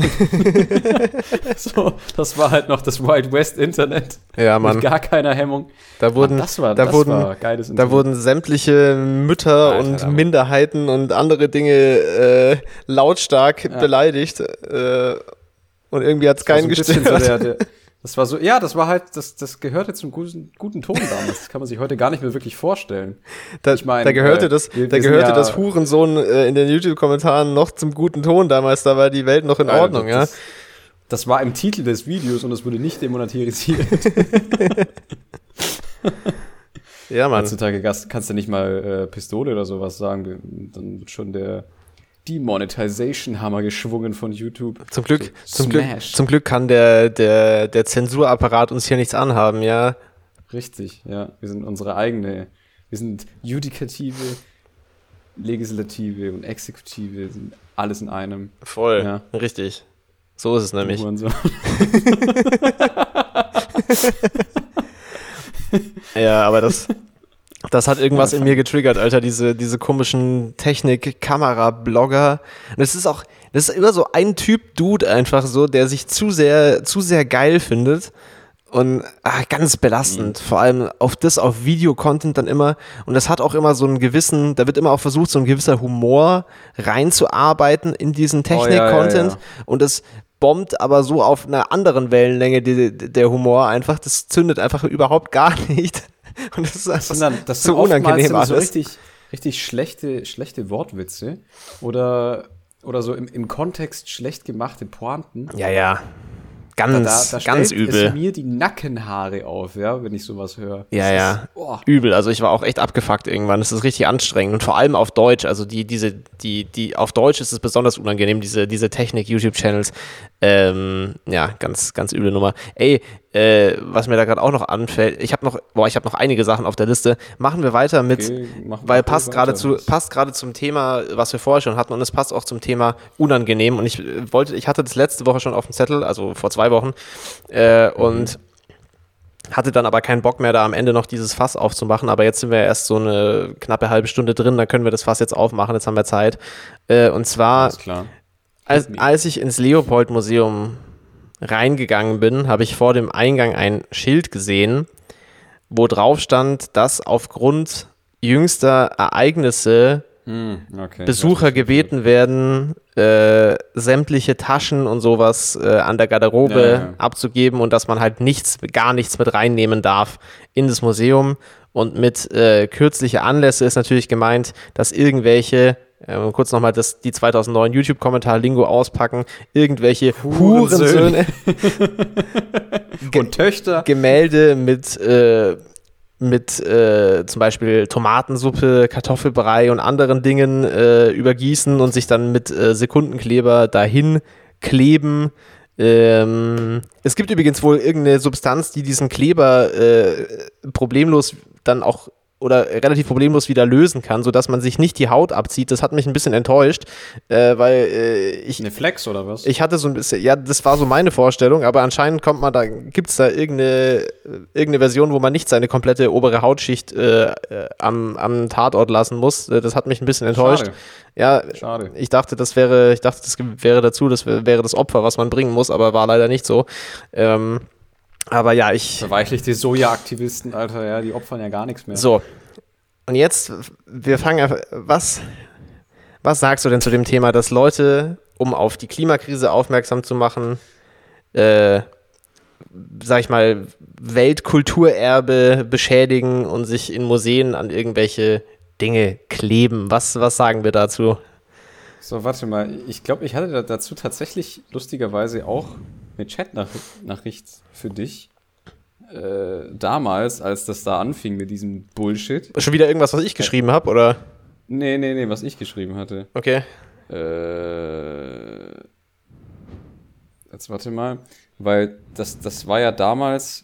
So, das war halt noch das Wild West Internet. Ja, Mann. Mit gar keiner Hemmung. Da wurden, Ach, das war, da das wurden, war geiles Internet. Da wurden sämtliche Mütter Alter, und Minderheiten und andere Dinge äh, lautstark ja. beleidigt. Äh, und irgendwie hat es keinen so gestört. So der, der, Das war so, ja, das war halt, das, das gehörte zum guten, guten Ton damals. Das kann man sich heute gar nicht mehr wirklich vorstellen. Da, ich mein, da gehörte, äh, das, wir, da wir gehörte ja, das Hurensohn äh, in den YouTube-Kommentaren noch zum guten Ton damals. Da war die Welt noch in Alter, Ordnung, das, ja. Das war im Titel des Videos und es wurde nicht demonetarisiert. Ja, Mann. Heutzutage kannst du nicht mal äh, Pistole oder sowas sagen. Dann wird schon der Demonetization-Hammer geschwungen von YouTube. Zum Glück, so, zum Glück, zum Glück kann der, der, der Zensurapparat uns hier nichts anhaben, ja. Richtig, ja. Wir sind unsere eigene, wir sind Judikative, Legislative und Exekutive, wir sind alles in einem. Voll, ja. Richtig. So ist es nämlich. So. Ja, aber das, das hat irgendwas in mir getriggert, Alter, diese, diese komischen Technik-Kamera-Blogger. Und es ist auch, das ist immer so ein Typ Dude einfach so, der sich zu sehr, zu sehr geil findet. Und ach, ganz belastend, mhm. vor allem auf das, auf Video-Content dann immer. Und das hat auch immer so einen gewissen, da wird immer auch versucht, so ein gewisser Humor reinzuarbeiten in diesen Technik-Content. Oh, ja, ja, ja. Und das bombt aber so auf einer anderen Wellenlänge, die, der Humor einfach, das zündet einfach überhaupt gar nicht. Und das ist einfach das dann, das so unangenehm alles. So richtig, richtig schlechte, schlechte Wortwitze oder, oder so im, im Kontext schlecht gemachte Pointen. Ja, ja. Ganz, da, da ganz übel. Es mir die Nackenhaare auf, ja, wenn ich sowas höre. Ja, das ja. Ist, oh. Übel. Also ich war auch echt abgefuckt irgendwann. Das ist richtig anstrengend. Und vor allem auf Deutsch. Also die, diese, die, die, auf Deutsch ist es besonders unangenehm, diese, diese Technik-YouTube-Channels. Ähm, ja, ganz, ganz üble Nummer. Ey, äh, was mir da gerade auch noch anfällt, ich habe noch, boah, ich habe noch einige Sachen auf der Liste. Machen wir weiter mit, okay, weil passt gerade zu, passt gerade zum Thema, was wir vorher schon hatten, und es passt auch zum Thema unangenehm. Und ich wollte, ich hatte das letzte Woche schon auf dem Zettel, also vor zwei Wochen, äh, mhm. und hatte dann aber keinen Bock mehr, da am Ende noch dieses Fass aufzumachen. Aber jetzt sind wir erst so eine knappe halbe Stunde drin, da können wir das Fass jetzt aufmachen, jetzt haben wir Zeit. Äh, und zwar, alles klar. Als, als ich ins Leopold-Museum reingegangen bin, habe ich vor dem Eingang ein Schild gesehen, wo drauf stand, dass aufgrund jüngster Ereignisse mm, okay, Besucher gebeten werden, äh, sämtliche Taschen und sowas äh, an der Garderobe ja, ja. abzugeben und dass man halt nichts, gar nichts mit reinnehmen darf in das Museum. Und mit äh, kürzliche Anlässe ist natürlich gemeint, dass irgendwelche Äh, kurz nochmal das, die zweitausendneun YouTube-Kommentar-Lingo auspacken. Irgendwelche Hurensöhne und Töchter. Gemälde mit, äh, mit äh, zum Beispiel Tomatensuppe, Kartoffelbrei und anderen Dingen äh, übergießen und sich dann mit äh, Sekundenkleber dahin kleben. Ähm, es gibt übrigens wohl irgendeine Substanz, die diesen Kleber äh, problemlos dann auch oder relativ problemlos wieder lösen kann, sodass man sich nicht die Haut abzieht. Das hat mich ein bisschen enttäuscht, äh, weil äh, ich... Eine Flex oder was? Ich hatte so ein bisschen, ja, das war so meine Vorstellung, aber anscheinend kommt man da, gibt's da irgendeine, irgendeine Version, wo man nicht seine komplette obere Hautschicht äh, äh, am, am Tatort lassen muss. Das hat mich ein bisschen enttäuscht. Schade. Ja, Schade. Ich dachte, das wäre, ich dachte, das wäre dazu, das wäre das Opfer, was man bringen muss, aber war leider nicht so. Ähm, Aber ja, ich... Verweichlichte Soja-Aktivisten, Alter, ja, die opfern ja gar nichts mehr. So. Und jetzt, wir fangen einfach... Was, was sagst du denn zu dem Thema, dass Leute, um auf die Klimakrise aufmerksam zu machen, äh, sag ich mal, Weltkulturerbe beschädigen und sich in Museen an irgendwelche Dinge kleben? Was, was sagen wir dazu? So, warte mal. Ich glaube, ich hatte dazu tatsächlich lustigerweise auch eine Chat-Nachricht für dich. Äh, damals, als das da anfing mit diesem Bullshit. Schon wieder irgendwas, was ich geschrieben habe, oder? Nee, nee, nee, was ich geschrieben hatte. Okay. Äh, jetzt warte mal. Weil das, das war ja damals...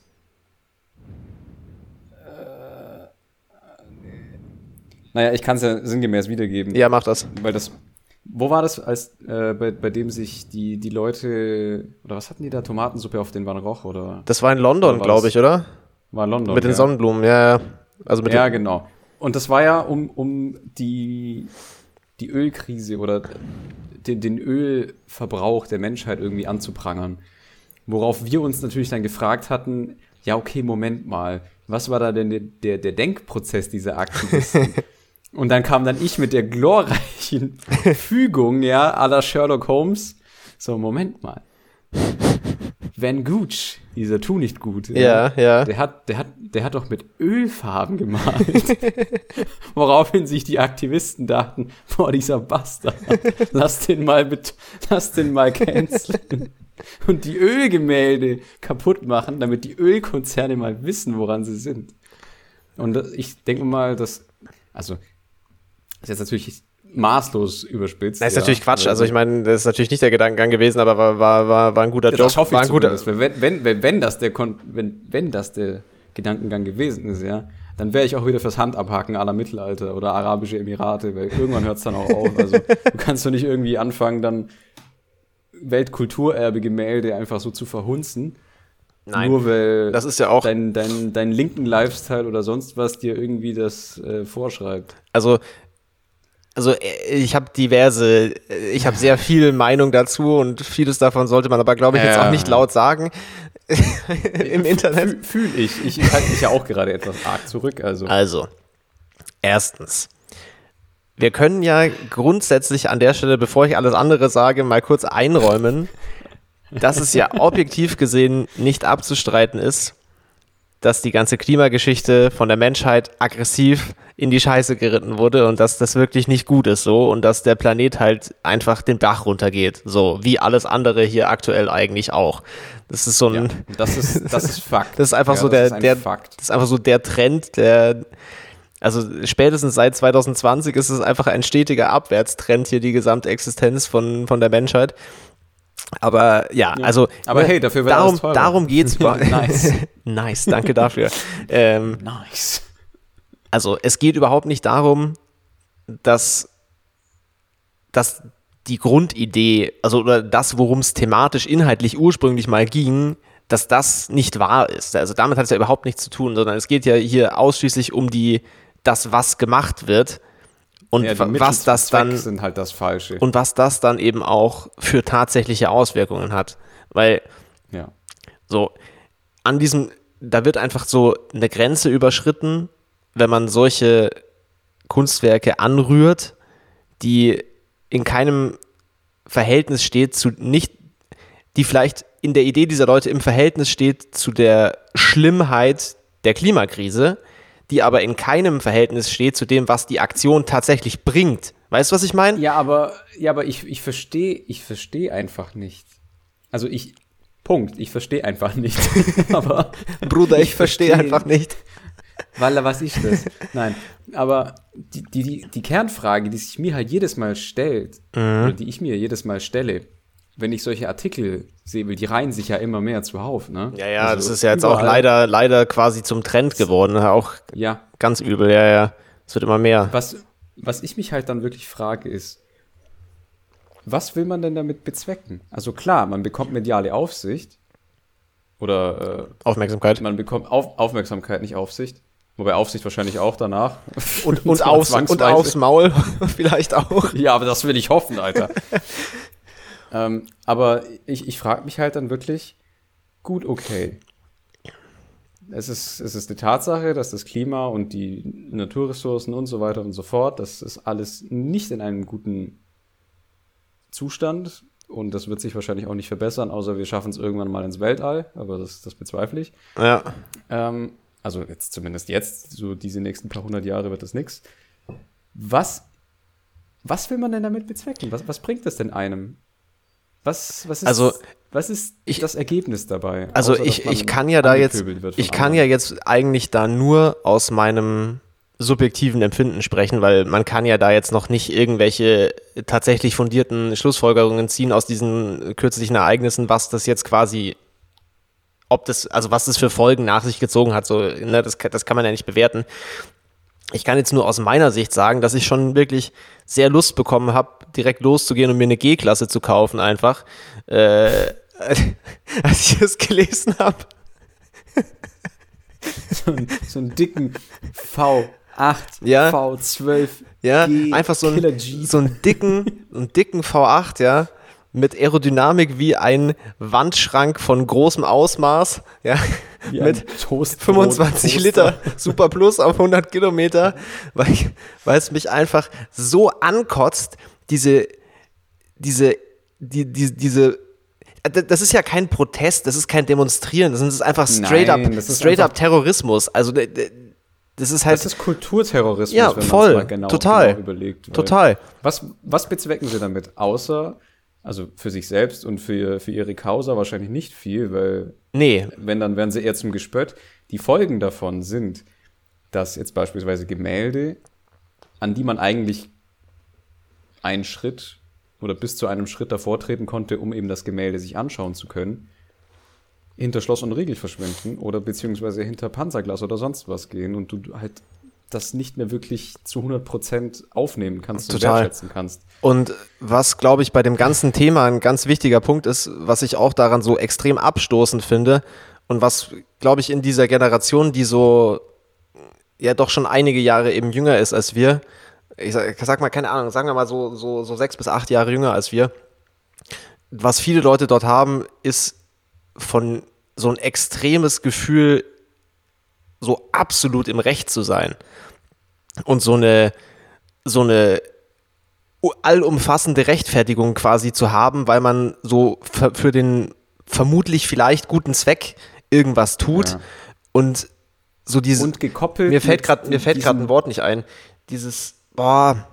Äh, nee. Naja, ich kann es ja sinngemäß wiedergeben. Ja, mach das. Weil das... Wo war das, als äh, bei, bei dem sich die, die Leute, oder was hatten die da, Tomatensuppe auf den Van Gogh, oder? Das war in London, glaube ich, oder? War in London, Mit den ja. Sonnenblumen, ja. Also mit ja, genau. Und das war ja, um, um die, die Ölkrise oder den, den Ölverbrauch der Menschheit irgendwie anzuprangern. Worauf wir uns natürlich dann gefragt hatten, ja, okay, Moment mal, was war da denn der, der, der Denkprozess dieser Aktivisten? Und dann kam dann ich mit der glorreichen Fügung, ja, à la Sherlock Holmes. So, Moment mal. Van Gogh, dieser Tu nicht gut. Ja, ja. ja. Der hat, der hat, der hat doch mit Ölfarben gemalt. Woraufhin sich die Aktivisten dachten, boah, dieser Bastard, lass den mal mit, lass den mal canceln. Und die Ölgemälde kaputt machen, damit die Ölkonzerne mal wissen, woran sie sind. Und ich denke mal, dass, also, das ist jetzt natürlich maßlos überspitzt. Das ist ja. natürlich Quatsch. Also ich meine, das ist natürlich nicht der Gedankengang gewesen, aber war, war, war, war ein guter ja, Job. Das hoffe ich war ein guter, wenn, wenn, wenn, wenn, das der Kon- wenn, wenn das der Gedankengang gewesen ist, ja, dann wäre ich auch wieder fürs Handabhaken aller Mittelalter oder Arabische Emirate, weil irgendwann hört es dann auch auf. Also du kannst doch nicht irgendwie anfangen, dann Weltkulturerbe-Gemälde einfach so zu verhunzen. Nein, nur weil das ist ja auch dein, dein, dein linken Lifestyle oder sonst was dir irgendwie das äh, vorschreibt. Also Also ich habe diverse, ich habe sehr viel Meinung dazu und vieles davon sollte man aber, glaube ich, jetzt Ja. auch nicht laut sagen im Internet. Fühle ich. Ich halte mich ja auch gerade etwas arg zurück. Also. Also, erstens, wir können ja grundsätzlich an der Stelle, bevor ich alles andere sage, mal kurz einräumen, dass es ja objektiv gesehen nicht abzustreiten ist, dass die ganze Klimageschichte von der Menschheit aggressiv in die Scheiße geritten wurde und dass das wirklich nicht gut ist so und dass der Planet halt einfach den Bach runtergeht, so wie alles andere hier aktuell eigentlich auch. Das ist so ein Ja, das ist das ist Fakt. Das ist einfach ja, so das der ist ein der Fakt. das ist einfach so der Trend, der also spätestens seit zwanzig zwanzig ist es einfach ein stetiger Abwärtstrend hier die gesamte Existenz von von der Menschheit. Aber ja, Ja. also Aber hey, dafür wird darum alles teurer. darum geht's. Ja, nice. Nice, danke dafür. ähm, Nice. Also es geht überhaupt nicht darum, dass, dass die Grundidee, also oder das, worum es thematisch, inhaltlich ursprünglich mal ging, dass das nicht wahr ist. Also damit hat es ja überhaupt nichts zu tun, sondern es geht ja hier ausschließlich um die, das, was gemacht wird und Ja, die wa- Mittel was zum das Zweck dann sind halt das Falsche. und was das dann eben auch für tatsächliche Auswirkungen hat. Weil ja. so, an diesem, da wird einfach so eine Grenze überschritten, wenn man solche Kunstwerke anrührt, die in keinem Verhältnis steht zu nicht, die vielleicht in der Idee dieser Leute im Verhältnis steht zu der Schlimmheit der Klimakrise, die aber in keinem Verhältnis steht zu dem, was die Aktion tatsächlich bringt. Weißt du, was ich meine? Ja, aber, ja, aber ich, ich verstehe ich versteh einfach nicht. Also ich, Punkt, ich verstehe einfach nicht. aber Bruder, ich, ich verstehe versteh- einfach nicht. Walla, was ist das? Nein, aber die, die, die, die Kernfrage, die sich mir halt jedes Mal stellt, Mhm. oder die ich mir jedes Mal stelle, wenn ich solche Artikel sehe, weil die reihen sich ja immer mehr zuhauf, ne? Ja, ja, Also das ist ja jetzt auch überall- leider, leider quasi zum Trend geworden. Auch Ja, ganz übel, ja, ja. Es wird immer mehr. was, was ich mich halt dann wirklich frage, ist, was will man denn damit bezwecken? Also klar, man bekommt mediale Aufsicht oder Aufmerksamkeit. äh, man bekommt Auf Aufmerksamkeit, nicht Aufsicht. Wobei Aufsicht wahrscheinlich auch danach. Und, und, Zwar aufs, und zwangsweise. aufs Maul vielleicht auch. Ja, aber das will ich hoffen, Alter. ähm, aber ich, ich frage mich halt dann wirklich, gut, okay. Es ist, es ist eine Tatsache, dass das Klima und die Naturressourcen und so weiter und so fort, das ist alles nicht in einem guten Zustand und das wird sich wahrscheinlich auch nicht verbessern, außer wir schaffen es irgendwann mal ins Weltall, aber das, das bezweifle ich. Ja. Ähm, also jetzt zumindest jetzt, so diese nächsten paar hundert Jahre wird das nix. Was, was will man denn damit bezwecken? Was, was bringt das denn einem? Was, was ist, Also, was ist ich- das Ergebnis dabei? Also Außer, dass ich, man ich kann ja da jetzt, angepöbelt wird von ich kann anderen. ja jetzt eigentlich da nur aus meinem subjektiven Empfinden sprechen, weil man kann ja da jetzt noch nicht irgendwelche tatsächlich fundierten Schlussfolgerungen ziehen aus diesen kürzlichen Ereignissen, was das jetzt quasi, ob das, also was das für Folgen nach sich gezogen hat, so, ne, das, kann- das kann man ja nicht bewerten. Ich kann jetzt nur aus meiner Sicht sagen, dass ich schon wirklich sehr Lust bekommen habe, direkt loszugehen und mir eine G-Klasse zu kaufen einfach, äh, als ich das gelesen habe. so, einen, so einen dicken V acht, Ja. V zwölf, Ja, G, einfach so Killer einen, G. so einen dicken, einen dicken V acht, ja, mit Aerodynamik wie ein Wandschrank von großem Ausmaß, ja, Wie mit ein Toastbrot- fünfundzwanzig Toaster. Liter Super Plus auf hundert Kilometer, weil, ich- weil es mich einfach so ankotzt, diese, diese, die, die, diese, das ist ja kein Protest, das ist kein Demonstrieren, das ist einfach straight Nein, up, das ist straight up Terrorismus. Also das ist halt. Das ist Kulturterrorismus, ja, wenn voll, man es mal genau, total, genau überlegt. Total. Was, was bezwecken sie damit? Außer, also für sich selbst und für, für ihre Causa wahrscheinlich nicht viel, weil nee. wenn, dann werden sie eher zum Gespött. Die Folgen davon sind, dass jetzt beispielsweise Gemälde, an die man eigentlich einen Schritt oder bis zu einem Schritt davor treten konnte, um eben das Gemälde sich anschauen zu können, hinter Schloss und Riegel verschwinden oder beziehungsweise hinter Panzerglas oder sonst was gehen und du halt das nicht mehr wirklich zu hundert Prozent aufnehmen kannst und wertschätzen kannst. Und was, glaube ich, bei dem ganzen Thema ein ganz wichtiger Punkt ist, was ich auch daran so extrem abstoßend finde und was, glaube ich, in dieser Generation, die so ja doch schon einige Jahre eben jünger ist als wir, ich sag, ich sag mal, keine Ahnung, sagen wir mal so, so, so sechs bis acht Jahre jünger als wir, was viele Leute dort haben, ist von so ein extremes Gefühl, so absolut im Recht zu sein und so eine, so eine allumfassende Rechtfertigung quasi zu haben, weil man so für, für den vermutlich vielleicht guten Zweck irgendwas tut ja. und so dieses und gekoppelt mir fällt gerade mir fällt gerade ein Wort nicht ein, dieses boah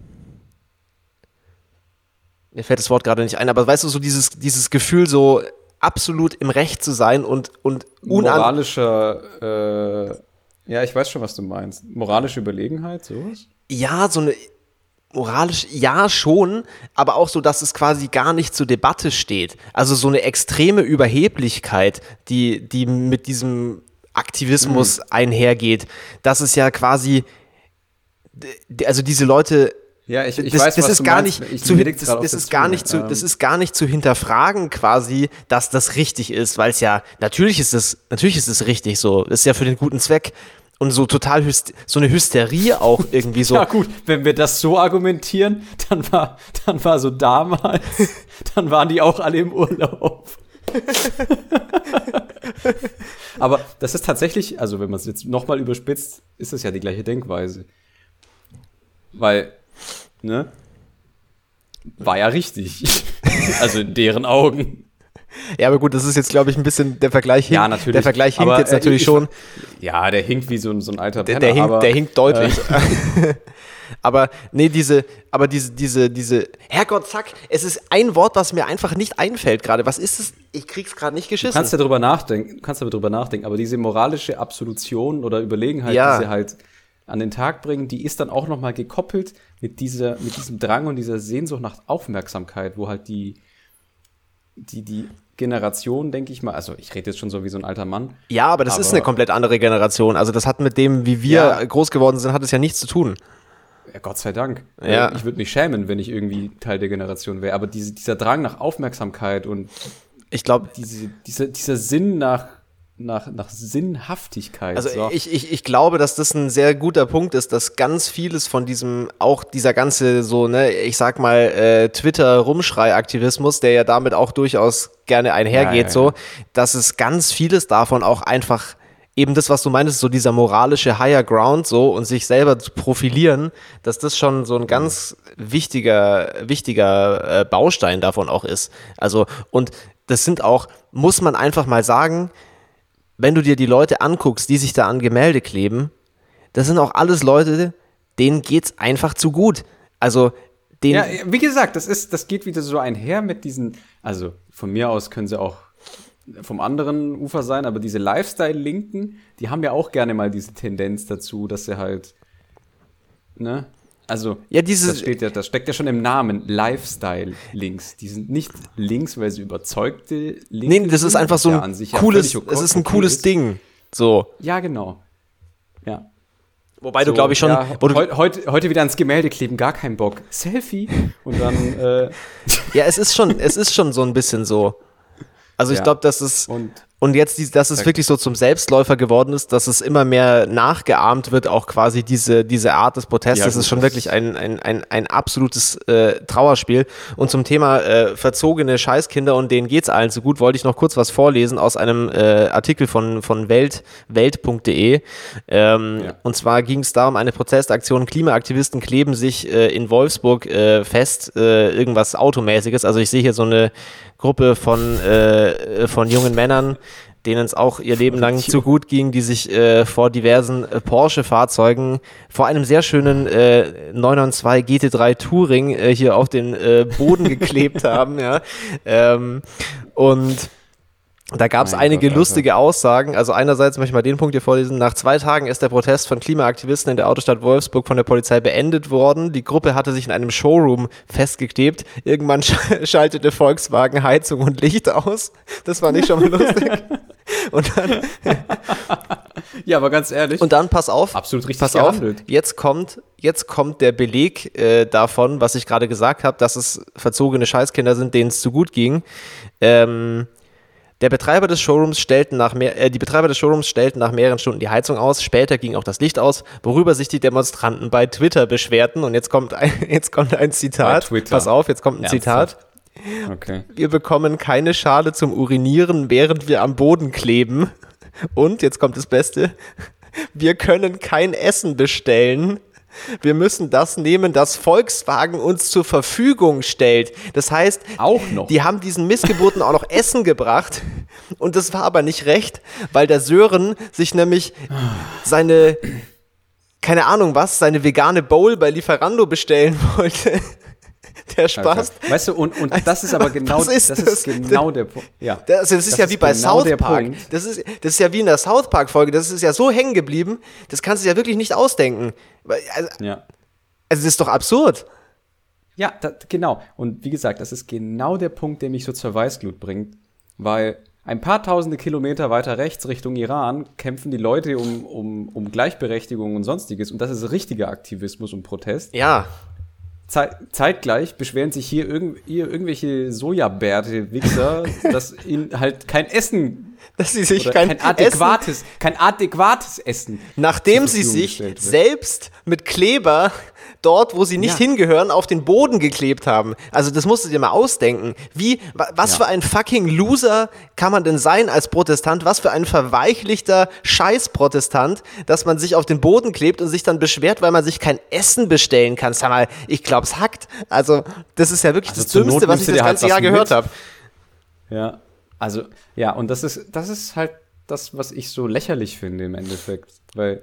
mir fällt das Wort gerade nicht ein, aber weißt du, so dieses, dieses Gefühl, so absolut im Recht zu sein und, und unan- moralischer, äh, ja, ich weiß schon, was du meinst. Moralische Überlegenheit, sowas? Ja, so eine moralisch, ja schon, aber auch so, dass es quasi gar nicht zur Debatte steht. Also so eine extreme Überheblichkeit, die, die mit diesem Aktivismus mhm. einhergeht. Das ist ja quasi, also diese Leute. Ja, ich, ich das, weiß, das was ist du gar meinst. nicht ich zu, das, das ist gar Zunge. nicht zu, das ist gar nicht zu hinterfragen quasi, dass das richtig ist, weil es ja natürlich ist es natürlich ist es richtig so, das ist ja für den guten Zweck und so total hyst- so eine Hysterie auch irgendwie so. Ja gut, wenn wir das so argumentieren, dann war dann war so damals, dann waren die auch alle im Urlaub. Aber das ist tatsächlich, also wenn man es jetzt nochmal überspitzt, ist es ja die gleiche Denkweise. Weil Ne? War ja richtig. Also in deren Augen. Ja, aber gut, das ist jetzt, glaube ich, ein bisschen, der Vergleich hinkt, ja, natürlich. Der Vergleich hinkt aber, jetzt natürlich ich, schon. Ja, der hinkt wie so ein, so ein alter Der, Penner. der, hinkt, aber, der hinkt deutlich. Äh. aber nee, diese, aber diese, diese, diese, Herrgott, zack, es ist ein Wort, was mir einfach nicht einfällt gerade. Was ist es? Ich krieg's gerade nicht geschissen. Du kannst ja drüber nachdenken, du kannst aber drüber nachdenken, aber diese moralische Absolution oder Überlegenheit, ja. die sie halt an den Tag bringen, die ist dann auch nochmal gekoppelt mit dieser, mit diesem Drang und dieser Sehnsucht nach Aufmerksamkeit, wo halt die, die, die Generation, denke ich mal, also ich rede jetzt schon so wie so ein alter Mann. Ja, aber das aber, ist eine komplett andere Generation. Also das hat mit dem, wie wir ja. groß geworden sind, hat es ja nichts zu tun. Ja, Gott sei Dank. Ja. Ich würde mich schämen, wenn ich irgendwie Teil der Generation wäre. Aber diese, dieser Drang nach Aufmerksamkeit und ich glaube, diese, dieser, dieser Sinn nach Nach, nach Sinnhaftigkeit. Also so. ich, ich, ich glaube, dass das ein sehr guter Punkt ist, dass ganz vieles von diesem, auch dieser ganze so, ne, ich sag mal, äh, Twitter-Rumschrei-Aktivismus, der ja damit auch durchaus gerne einhergeht, ja, ja, so, ja. dass es ganz vieles davon auch einfach eben das, was du meintest, so dieser moralische Higher Ground so und sich selber zu profilieren, dass das schon so ein ganz wichtiger, wichtiger äh, Baustein davon auch ist. Also und das sind auch, muss man einfach mal sagen, wenn du dir die Leute anguckst, die sich da an Gemälde kleben, das sind auch alles Leute, denen geht's einfach zu gut. Also, den ja, wie gesagt, das ist, das geht wieder so einher mit diesen, also von mir aus können sie auch vom anderen Ufer sein, aber diese Lifestyle-Linken, die haben ja auch gerne mal diese Tendenz dazu, dass sie halt, ne? Also, ja, dieses, das, steht ja, das steckt ja schon im Namen, Lifestyle-Links. Die sind nicht Links, weil sie überzeugte Links sind. Nee, das ist einfach so ein ja cooles, es ist ein cooles ist. Ding. So. Ja, genau. Ja. Wobei so, du, glaube ich, schon... Ja, wo du, heute, heute, heute wieder ans Gemälde kleben, gar keinen Bock. Selfie und dann... Äh ja, es ist schon, es ist schon so ein bisschen so. Also ich ja. glaube, dass es... Und Und jetzt, die, dass es wirklich so zum Selbstläufer geworden ist, dass es immer mehr nachgeahmt wird, auch quasi diese, diese Art des Protests. Ja, das ist schon das wirklich ein, ein, ein, ein absolutes äh, Trauerspiel. Und zum Thema äh, verzogene Scheißkinder und denen geht's allen so gut, wollte ich noch kurz was vorlesen aus einem äh, Artikel von, von Welt, welt punkt de. Ähm, ja. Und zwar ging es darum, eine Protestaktion, Klimaaktivisten kleben sich äh, in Wolfsburg äh, fest, äh, irgendwas Automäßiges. Also ich sehe hier so eine Gruppe von, äh, von jungen Männern, denen es auch ihr Leben lang zu gut ging, die sich äh, vor diversen äh, Porsche-Fahrzeugen, vor einem sehr schönen äh, neun neun zwei G T drei Touring äh, hier auf den äh, Boden geklebt haben. Ja. Ähm, und da gab es einige Gott, lustige Aussagen. Also einerseits möchte ich mal den Punkt hier vorlesen. Nach zwei Tagen ist der Protest von Klimaaktivisten in der Autostadt Wolfsburg von der Polizei beendet worden. Die Gruppe hatte sich in einem Showroom festgeklebt. Irgendwann sch- schaltete Volkswagen Heizung und Licht aus. Das war nicht schon mal lustig. Und dann ja, aber ganz ehrlich. Und dann, pass auf. Absolut richtig pass gehandelt. Auf, jetzt kommt, jetzt kommt der Beleg äh, davon, was ich gerade gesagt habe, dass es verzogene Scheißkinder sind, denen es zu gut ging. Ähm... Der Betreiber des Showrooms stellten nach mehr, äh, die Betreiber des Showrooms stellten nach mehreren Stunden die Heizung aus. Später ging auch das Licht aus, worüber sich die Demonstranten bei Twitter beschwerten. Und jetzt kommt ein, jetzt kommt ein Zitat. Pass auf, jetzt kommt ein Ernsthaft? Zitat. Okay. Wir bekommen keine Schale zum Urinieren, während wir am Boden kleben. Und, jetzt kommt das Beste, wir können kein Essen bestellen. Wir müssen das nehmen, das Volkswagen uns zur Verfügung stellt. Das heißt, auch noch. Die haben diesen Missgeburten auch noch Essen gebracht. Und das war aber nicht recht, weil der Sören sich nämlich seine, keine Ahnung was, seine vegane Bowl bei Lieferando bestellen wollte. Der Spaß. Okay. Weißt du, und, und das ist aber genau, das ist, das ist das, genau der Punkt. Ja. Das, also das ist das ja ist wie bei genau South Park. Das ist, das ist ja wie in der South Park-Folge. Das ist ja so hängen geblieben, das kannst du ja wirklich nicht ausdenken. Also, ja. also das ist doch absurd. Ja, das, genau. Und wie gesagt, das ist genau der Punkt, der mich so zur Weißglut bringt. Weil ein paar tausende Kilometer weiter rechts Richtung Iran kämpfen die Leute um, um, um Gleichberechtigung und Sonstiges. Und das ist richtiger Aktivismus und Protest. Ja. Zeitgleich beschweren sich hier, irgend, hier irgendwelche Sojabärte-Wichser, dass ihnen halt kein Essen, dass sie sich kein, kein, kein adäquates, Essen, kein adäquates Essen, nachdem sie sich selbst mit Kleber dort, wo sie nicht ja. hingehören, auf den Boden geklebt haben. Also das musst du dir mal ausdenken. Wie, was ja. für ein fucking Loser kann man denn sein als Protestant? Was für ein verweichlichter Scheiß-Protestant, dass man sich auf den Boden klebt und sich dann beschwert, weil man sich kein Essen bestellen kann. Sag mal, ich glaub's hackt. Also das ist ja wirklich also das Dümmste, was ich das ganze halt Jahr gehört habe. Ja, also ja, und das ist, das ist halt das, was ich so lächerlich finde im Endeffekt, weil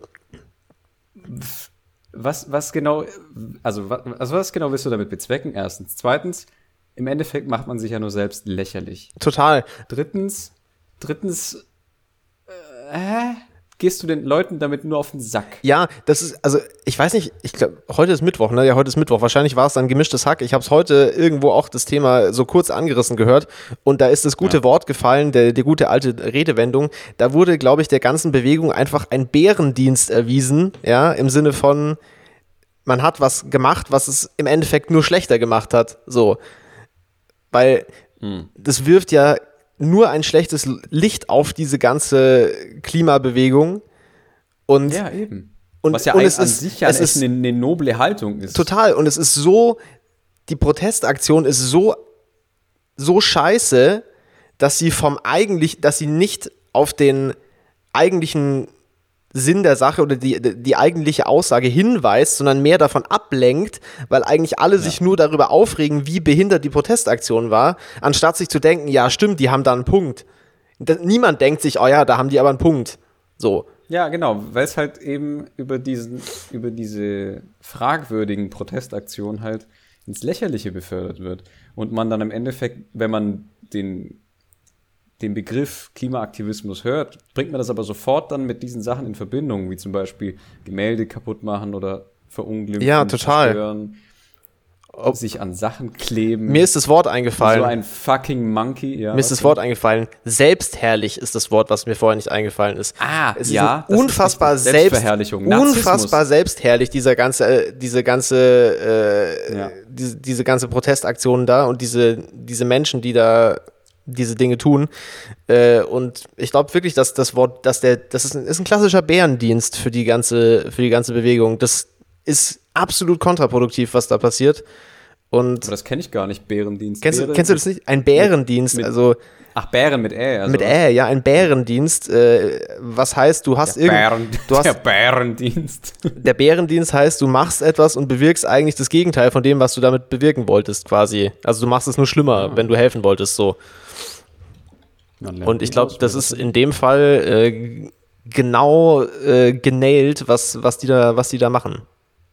Was, was genau, also was, also was genau willst du damit bezwecken? Erstens. Zweitens, im Endeffekt macht man sich ja nur selbst lächerlich. Total. Drittens, drittens, äh, gehst du den Leuten damit nur auf den Sack? Ja, das ist, also ich weiß nicht, ich glaube, heute ist Mittwoch, ne? Ja, heute ist Mittwoch. Wahrscheinlich war es dann gemischtes Hack. Ich habe es heute irgendwo auch das Thema so kurz angerissen gehört und da ist das gute ja. Wort gefallen, der, die gute alte Redewendung. Da wurde, glaube ich, der ganzen Bewegung einfach ein Bärendienst erwiesen, ja, im Sinne von, man hat was gemacht, was es im Endeffekt nur schlechter gemacht hat, so. Weil hm. das wirft ja nur ein schlechtes Licht auf diese ganze Klimabewegung. Und, ja, eben. Und, was ja und an, es an ist, sich ja es eine, ist eine, eine noble Haltung ist. Total. Und es ist so, die Protestaktion ist so, so scheiße, dass sie vom eigentlich, dass sie nicht auf den eigentlichen Sinn der Sache oder die, die eigentliche Aussage hinweist, sondern mehr davon ablenkt, weil eigentlich alle ja. sich nur darüber aufregen, wie behindert die Protestaktion war, anstatt sich zu denken, ja stimmt, die haben da einen Punkt. Das, niemand denkt sich, oh ja, da haben die aber einen Punkt. So. Ja, genau, weil es halt eben über diesen, über diese fragwürdigen Protestaktionen halt ins Lächerliche befördert wird. Und man dann im Endeffekt, wenn man den den Begriff Klimaaktivismus hört, bringt man das aber sofort dann mit diesen Sachen in Verbindung, wie zum Beispiel Gemälde kaputt machen oder verunglimpfen, ja, total. zerstören, Ob, sich an Sachen kleben. Mir ist das Wort eingefallen. So ein fucking Monkey. Ja, mir ist das Wort eingefallen. Selbstherrlich ist das Wort, was mir vorher nicht eingefallen ist. Ah, es ja. Ist unfassbar ist selbst, Selbstverherrlichung. Unfassbar selbstherrlich, dieser ganze, äh, diese ganze, äh, ja. diese, diese ganze Protestaktion da und diese, diese Menschen, die da diese Dinge tun. Äh, und ich glaube wirklich, dass das Wort, dass der, das ist ein, ist ein klassischer Bärendienst für die ganze, für die ganze Bewegung. Das ist absolut kontraproduktiv, was da passiert. Und aber das kenne ich gar nicht, Bärendienst. Kennst, Bären kennst du das nicht? Ein Bärendienst, mit, mit, also ach, Bären mit Ä. Also mit Ä, ja, ein Bärendienst. Äh, was heißt, du hast der Bären, irgend, du hast, der Bärendienst. Der Bärendienst heißt, du machst etwas und bewirkst eigentlich das Gegenteil von dem, was du damit bewirken wolltest, quasi. Also du machst es nur schlimmer, Ah. wenn du helfen wolltest, so. Und ich glaube, das ist in dem Fall äh, genau äh, genailt, was, was, die da, was die da machen.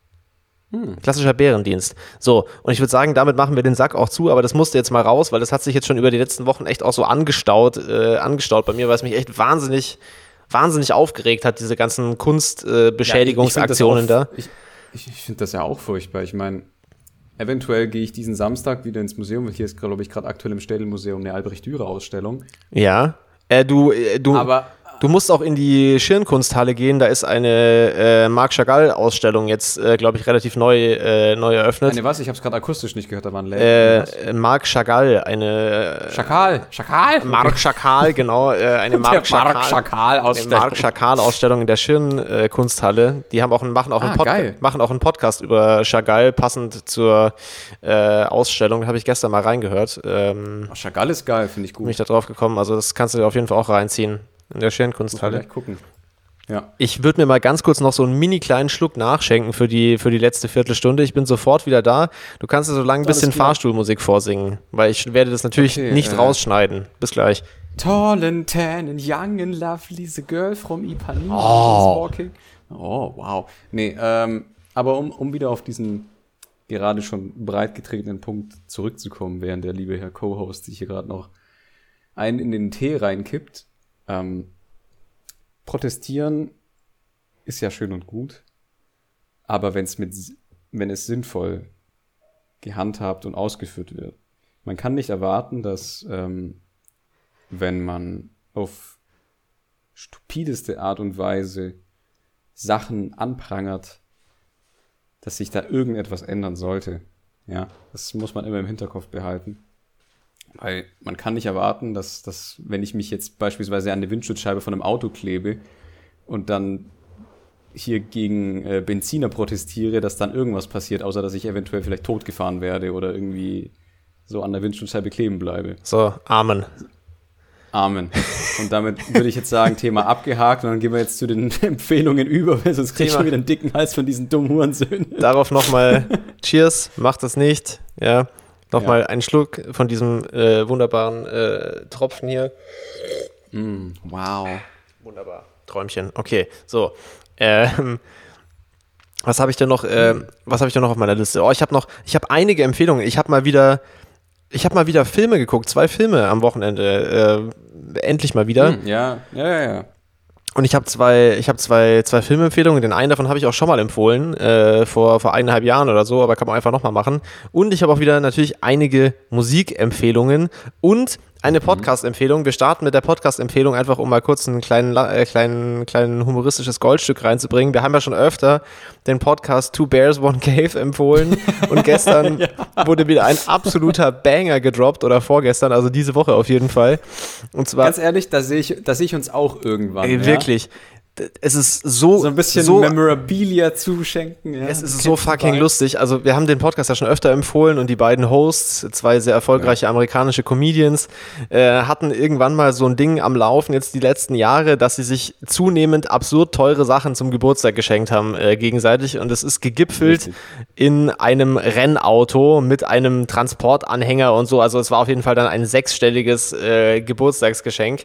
Hm. Klassischer Bärendienst. So, und ich würde sagen, damit machen wir den Sack auch zu, aber das musste jetzt mal raus, weil das hat sich jetzt schon über die letzten Wochen echt auch so angestaut, äh, angestaut bei mir, weil es mich echt wahnsinnig, wahnsinnig aufgeregt hat, diese ganzen Kunstbeschädigungsaktionen äh, da. Ich, ich, ich finde das ja auch furchtbar. Ich meine, eventuell gehe ich diesen Samstag wieder ins Museum. Hier ist, glaube ich, gerade aktuell im Städelmuseum eine Albrecht-Dürer-Ausstellung. Ja, äh, du, äh, du, aber du musst auch in die Schirnkunsthalle gehen, da ist eine äh, Marc Chagall-Ausstellung jetzt, äh, glaube ich, relativ neu, äh, neu eröffnet. Eine was? Ich habe es gerade akustisch nicht gehört, da war ein äh, Marc Chagall, eine... Schakal, Schakal? Marc Chagall, genau, äh, eine Marc Chagall-Ausstellung Marc Chagall-Ausstellung in der Schirnkunsthalle. Die haben auch, machen, auch ah, einen Pod- machen auch einen Podcast über Chagall, passend zur äh, Ausstellung. Da habe ich gestern mal reingehört. Ähm, oh, Chagall ist geil, finde ich gut. Bin ich da drauf gekommen, also das kannst du dir auf jeden Fall auch reinziehen. In der Schirnkunsthalle. Gleich gucken. Ja. Ich würde mir mal ganz kurz noch so einen mini kleinen Schluck nachschenken für die, für die letzte Viertelstunde. Ich bin sofort wieder da. Du kannst dir so lange ein bisschen Fahrstuhlmusik vorsingen, weil ich werde das natürlich okay, nicht äh, rausschneiden. Bis gleich. Tall and tan and young and lovely, the girl from Ipanema oh. is walking. Oh, wow. Nee, ähm, aber um, um wieder auf diesen gerade schon breit getretenen Punkt zurückzukommen, während der liebe Herr Co-Host sich hier gerade noch einen in den Tee reinkippt. Ähm, protestieren ist ja schön und gut, aber wenn's mit, wenn es sinnvoll gehandhabt und ausgeführt wird. Man kann nicht erwarten, dass ähm, wenn man auf stupideste Art und Weise Sachen anprangert, dass sich da irgendetwas ändern sollte. Ja, das muss man immer im Hinterkopf behalten. Weil man kann nicht erwarten, dass, dass, wenn ich mich jetzt beispielsweise an die Windschutzscheibe von einem Auto klebe und dann hier gegen äh, Benziner protestiere, dass dann irgendwas passiert, außer dass ich eventuell vielleicht totgefahren werde oder irgendwie so an der Windschutzscheibe kleben bleibe. So, Amen. Amen. Und damit würde ich jetzt sagen, Thema abgehakt und dann gehen wir jetzt zu den Empfehlungen über, weil sonst kriege ich schon wieder einen dicken Hals von diesen dummen Hurensöhnen. Darauf nochmal Cheers, macht das nicht, ja. Nochmal ja. einen Schluck von diesem äh, wunderbaren äh, Tropfen hier. Mm, wow. Wunderbar. Träumchen. Okay, so. Ähm, was habe ich denn noch? Äh, mm. Was habe ich denn noch auf meiner Liste? Oh, ich habe noch. Ich habe einige Empfehlungen. Ich habe mal wieder. Ich habe mal wieder Filme geguckt. Zwei Filme am Wochenende. Äh, endlich mal wieder. Mm, ja, ja, ja, ja. Und ich habe zwei, ich habe zwei, zwei Filmempfehlungen. Den einen davon habe ich auch schon mal empfohlen, äh, vor, vor eineinhalb Jahren oder so, aber kann man einfach nochmal machen. Und ich habe auch wieder natürlich einige Musikempfehlungen und eine Podcast-Empfehlung. Wir starten mit der Podcast-Empfehlung einfach, um mal kurz einen kleinen, äh, kleinen, kleinen humoristisches Goldstück reinzubringen. Wir haben ja schon öfter den Podcast Two Bears, One Cave empfohlen und gestern ja. wurde wieder ein absoluter Banger gedroppt oder vorgestern, also diese Woche auf jeden Fall. Und zwar, ganz ehrlich, da sehe ich, da sehe ich uns auch irgendwann. Ey, ja? Wirklich. Es ist so... So ein bisschen so, Memorabilia zuschenken. Ja. Es ist so fucking lustig. Also wir haben den Podcast ja schon öfter empfohlen und die beiden Hosts, zwei sehr erfolgreiche ja. amerikanische Comedians, äh, hatten irgendwann mal so ein Ding am Laufen jetzt die letzten Jahre, dass sie sich zunehmend absurd teure Sachen zum Geburtstag geschenkt haben äh, gegenseitig und es ist gegipfelt Richtig. in einem Rennauto mit einem Transportanhänger und so. Also es war auf jeden Fall dann ein sechsstelliges äh, Geburtstagsgeschenk.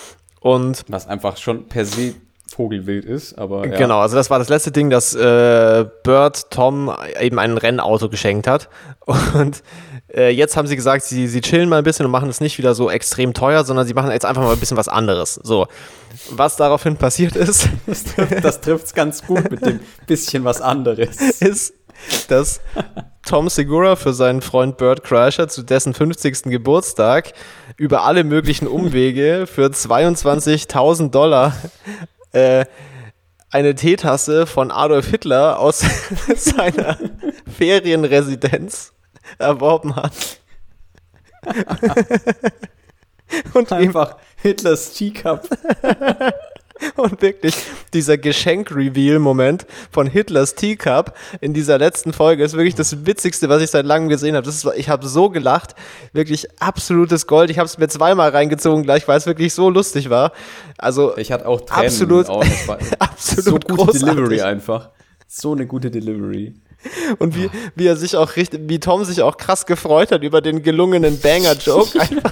Und was einfach schon per se Vogelwild ist, aber ja. Genau, also das war das letzte Ding, das äh, Bird Tom eben ein Rennauto geschenkt hat und äh, jetzt haben sie gesagt, sie, sie chillen mal ein bisschen und machen es nicht wieder so extrem teuer, sondern sie machen jetzt einfach mal ein bisschen was anderes. So, was daraufhin passiert ist, das trifft es ganz gut mit dem bisschen was anderes, ist, dass Tom Segura für seinen Freund Bert Kreischer zu dessen fünfzigsten Geburtstag über alle möglichen Umwege für zweiundzwanzigtausend Dollar Äh, eine Teetasse von Adolf Hitler aus seiner Ferienresidenz erworben hat. Und einfach Hitlers Teacup. Und wirklich, dieser Geschenk-Reveal-Moment von Hitlers Teacup in dieser letzten Folge ist wirklich das Witzigste, was ich seit langem gesehen habe. Das ist, ich habe so gelacht, wirklich absolutes Gold. Ich habe es mir zweimal reingezogen gleich, weil es wirklich so lustig war. Also ich hatte auch Tränen absolut, in den Augen. Das war absolut so gute großartig. Delivery einfach. So eine gute Delivery. Und wie, wie er sich auch richtig, wie Tom sich auch krass gefreut hat über den gelungenen Banger-Joke. Einfach.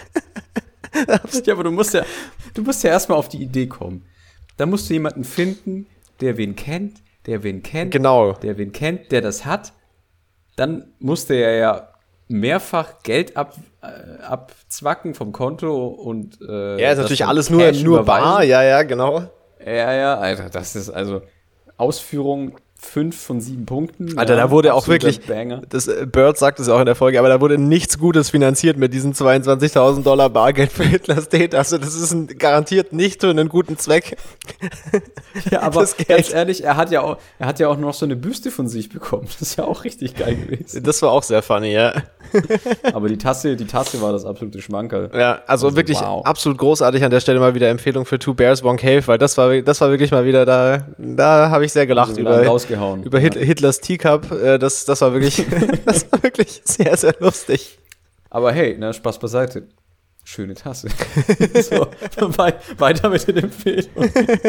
Ja, aber du musst ja, du musst ja erstmal auf die Idee kommen. Da musst du jemanden finden, der wen kennt, der wen kennt, genau. der wen kennt, der das hat. Dann musste er ja mehrfach Geld ab, äh, abzwacken vom Konto und äh, ja, ist natürlich alles nur, nur bar, ja, ja, genau. Ja, ja, Alter, das ist also Ausführung fünf von sieben Punkten. Alter, ja, da wurde auch wirklich, Banger. das, Bird sagt es auch in der Folge, aber da wurde nichts Gutes finanziert mit diesen zweiundzwanzigtausend Dollar Bargeld für Hitlers Date. Also das ist ein, garantiert nicht für einen guten Zweck. Ja, aber ganz ehrlich, er hat ja auch, er hat ja auch noch so eine Büste von sich bekommen. Das ist ja auch richtig geil gewesen. Das war auch sehr funny, ja. Aber die Tasse, die Tasse war das absolute Schmankerl. Ja, also, also wirklich wow. absolut großartig an der Stelle mal wieder Empfehlung für Two Bears One Cave, weil das war, das war wirklich mal wieder da, da habe ich sehr gelacht also über, rausgehauen. über Hit, ja. Hitlers Teacup. Äh, das, das war wirklich, das war wirklich sehr, sehr lustig. Aber hey, ne, Spaß beiseite. Schöne Tasse. So, weiter mit den Empfehlungen.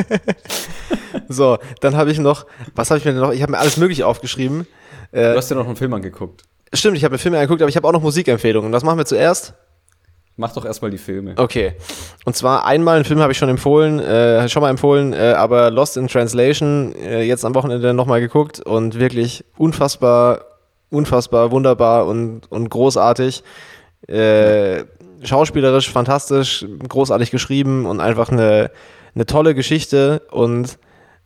So, dann habe ich noch, was habe ich mir denn noch, ich habe mir alles Mögliche aufgeschrieben. Äh, du hast ja noch einen Film angeguckt. Stimmt, ich habe mir Filme angeguckt, aber ich habe auch noch Musikempfehlungen. Was machen wir zuerst? Mach doch erstmal die Filme. Okay. Und zwar einmal, einen Film habe ich schon empfohlen, äh, schon mal empfohlen, äh, aber Lost in Translation, äh, jetzt am Wochenende nochmal geguckt und wirklich unfassbar, unfassbar wunderbar und, und großartig. Äh, schauspielerisch fantastisch, großartig geschrieben und einfach eine, eine tolle Geschichte und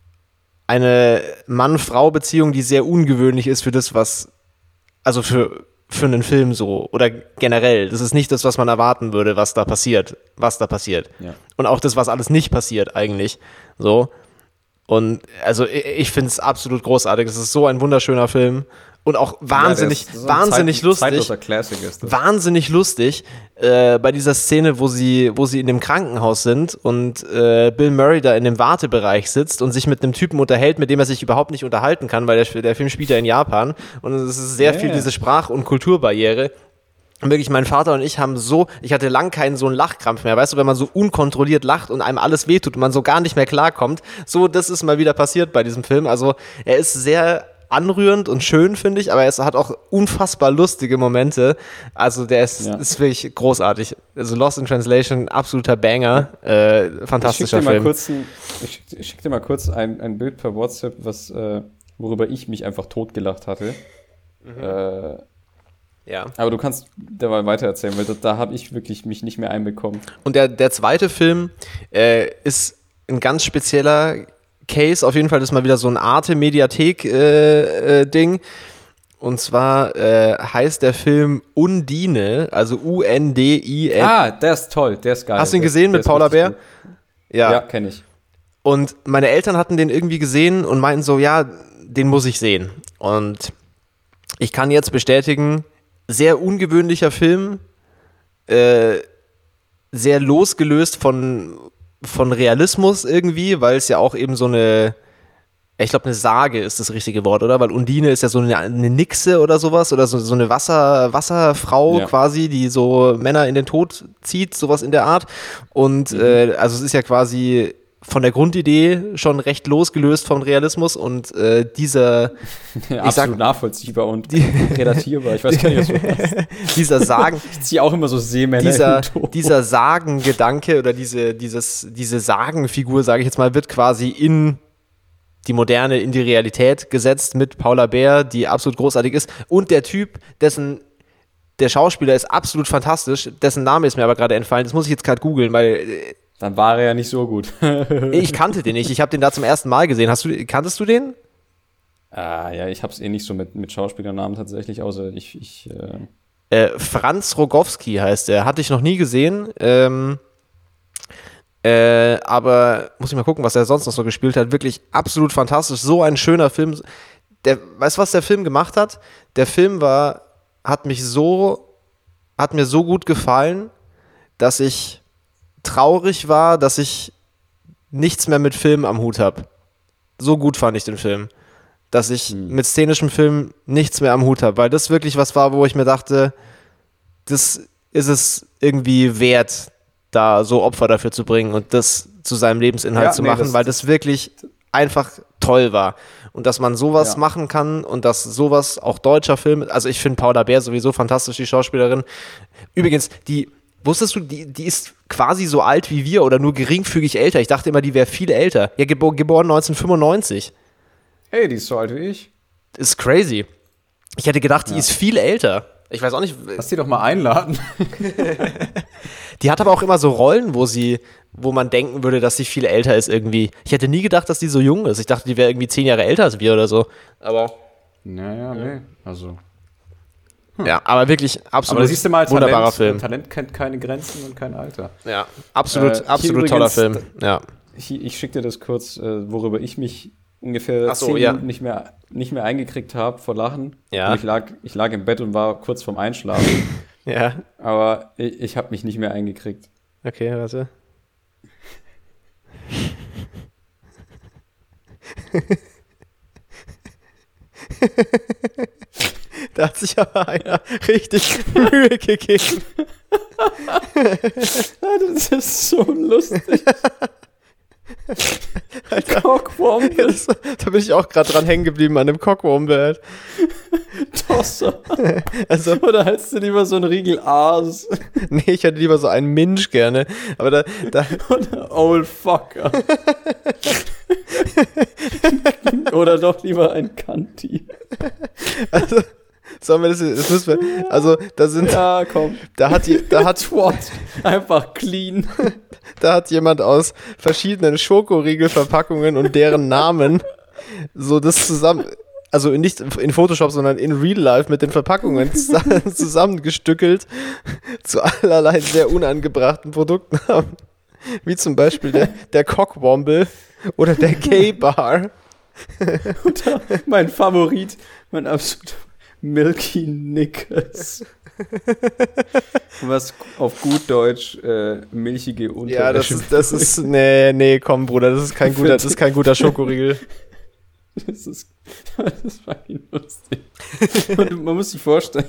eine Mann-Frau-Beziehung, die sehr ungewöhnlich ist für das, was, also für, für einen Film so oder generell. Das ist nicht das, was man erwarten würde, was da passiert, was da passiert. Ja. Und auch das, was alles nicht passiert eigentlich. So. Und also ich, ich finde es absolut großartig. Es ist so ein wunderschöner Film. Und auch wahnsinnig, ja, wahnsinnig Zeit, lustig, Classic ist das. wahnsinnig lustig äh, bei dieser Szene, wo sie, wo sie in dem Krankenhaus sind und äh, Bill Murray da in dem Wartebereich sitzt und sich mit einem Typen unterhält, mit dem er sich überhaupt nicht unterhalten kann, weil der, der Film spielt ja in Japan und es ist sehr yeah. viel diese Sprach- und Kulturbarriere. Und wirklich, mein Vater und ich haben so, ich hatte lang keinen so einen Lachkrampf mehr, weißt du, wenn man so unkontrolliert lacht und einem alles wehtut und man so gar nicht mehr klarkommt. So, das ist mal wieder passiert bei diesem Film. Also, er ist sehr anrührend und schön, finde ich, aber es hat auch unfassbar lustige Momente. Also der ist, ja. ist wirklich großartig. Also Lost in Translation, absoluter Banger, äh, fantastischer ich schick dir Film. Mal kurz ein, ich schick, ich schick dir mal kurz ein, ein Bild per WhatsApp, was, äh, worüber ich mich einfach totgelacht hatte. Mhm. Äh, ja. Aber du kannst dabei weitererzählen, weil da, da habe ich wirklich mich nicht mehr einbekommen. Und der, der zweite Film äh, ist ein ganz spezieller Case, auf jeden Fall, das ist mal wieder so ein Arte-Mediathek-Ding. Äh, äh, und zwar äh, heißt der Film Undine, also U N D I N. Ah, der ist toll, der ist geil. Hast du ihn der, gesehen mit Paula Bär? Ja, ja kenne ich. Und meine Eltern hatten den irgendwie gesehen und meinten so, ja, den muss ich sehen. Und ich kann jetzt bestätigen, sehr ungewöhnlicher Film, äh, sehr losgelöst von von Realismus irgendwie, weil es ja auch eben so eine, ich glaube eine Sage ist das richtige Wort, oder? Weil Undine ist ja so eine, eine Nixe oder sowas oder so, so eine Wasser, Wasserfrau ja. quasi, die so Männer in den Tod zieht, sowas in der Art. Und mhm. äh, also es ist ja quasi von der Grundidee schon recht losgelöst vom Realismus und äh, dieser ja, absolut sag, nachvollziehbar und die, relatierbar. Ich weiß gar nicht, was du hast. Dieser Sagen, ich ziehe auch immer so Seemänner dieser, dieser Sagengedanke oder diese, dieses, diese Sagenfigur, sage ich jetzt mal, wird quasi in die Moderne, in die Realität gesetzt mit Paula Bär, die absolut großartig ist und der Typ, dessen der Schauspieler ist absolut fantastisch, dessen Name ist mir aber gerade entfallen, das muss ich jetzt gerade googeln, weil dann war er ja nicht so gut. Ich kannte den nicht. Ich habe den da zum ersten Mal gesehen. Hast du, kanntest du den? Ah, ja, ich habe es eh nicht so mit, mit Schauspielernamen tatsächlich, außer ich... ich äh äh, Franz Rogowski heißt er. Hatte ich noch nie gesehen. Ähm, äh, aber muss ich mal gucken, was er sonst noch so gespielt hat. Wirklich absolut fantastisch. So ein schöner Film. Der, weißt du, was der Film gemacht hat? Der Film war, hat mich so, hat mir so gut gefallen, dass ich traurig war, dass ich nichts mehr mit Film am Hut habe. So gut fand ich den Film. Dass ich hm. mit szenischem Film nichts mehr am Hut habe, weil das wirklich was war, wo ich mir dachte, das ist es irgendwie wert, da so Opfer dafür zu bringen und das zu seinem Lebensinhalt ja, zu nee, machen, das, weil das wirklich einfach toll war. Und dass man sowas ja. machen kann und dass sowas auch deutscher Film, also ich finde Paula Beer sowieso fantastisch, die Schauspielerin. Übrigens, die, wusstest du, die, die ist quasi so alt wie wir oder nur geringfügig älter. Ich dachte immer, die wäre viel älter. Ja, gebo- geboren neunzehnhundertfünfundneunzig. Hey, die ist so alt wie ich. Ist crazy. Ich hätte gedacht, die ja. ist viel älter. Ich weiß auch nicht. Lass die doch mal einladen. Die hat aber auch immer so Rollen, wo sie, wo man denken würde, dass sie viel älter ist irgendwie. Ich hätte nie gedacht, dass die so jung ist. Ich dachte, die wäre irgendwie zehn Jahre älter als wir oder so. Aber. Naja, nee. Also. Hm. Ja, aber wirklich absolut aber siehst du mal, wunderbarer Talent, Film. Talent kennt keine Grenzen und kein Alter. Ja, absolut, äh, absolut toller Film. Ja. Ich, ich schicke dir das kurz, äh, worüber ich mich ungefähr so, zehn ja. Minuten nicht mehr, nicht mehr eingekriegt habe vor Lachen. Ja. Und ich lag, ich lag im Bett und war kurz vorm Einschlafen. Ja. Aber ich, ich habe mich nicht mehr eingekriegt. Okay, warte. Da hat sich aber einer richtig Mühe gegeben. Das ist so lustig. Alter, Cockwomble. Ja, das, da bin ich auch gerade dran hängen geblieben an dem Cockwomble. Halt. Tosser. Also, oder hältst du lieber so einen Riegel Aas? Nee, ich hätte lieber so einen Minch gerne. Aber da. da oder Old Fucker. Oder doch lieber ein Kanti. Also. Sollen wir das, das müssen wir, also da sind, ja, komm, da hat die, da hat, what? Einfach clean, da hat jemand aus verschiedenen Schokoriegelverpackungen und deren Namen so das zusammen, also nicht in Photoshop, sondern in Real Life mit den Verpackungen zusammengestückelt zu allerlei sehr unangebrachten Produktnamen, wie zum Beispiel der, der Cockwomble oder der Gay Bar. Und mein Favorit, mein absoluter Milky Knickers. Was auf gut Deutsch äh, milchige Unterwäsche. Ja, das ist, das ist, nee, nee, komm, Bruder, das ist kein guter, das ist kein guter Schokoriegel. Das ist, das ist fucking lustig. Und man muss sich vorstellen,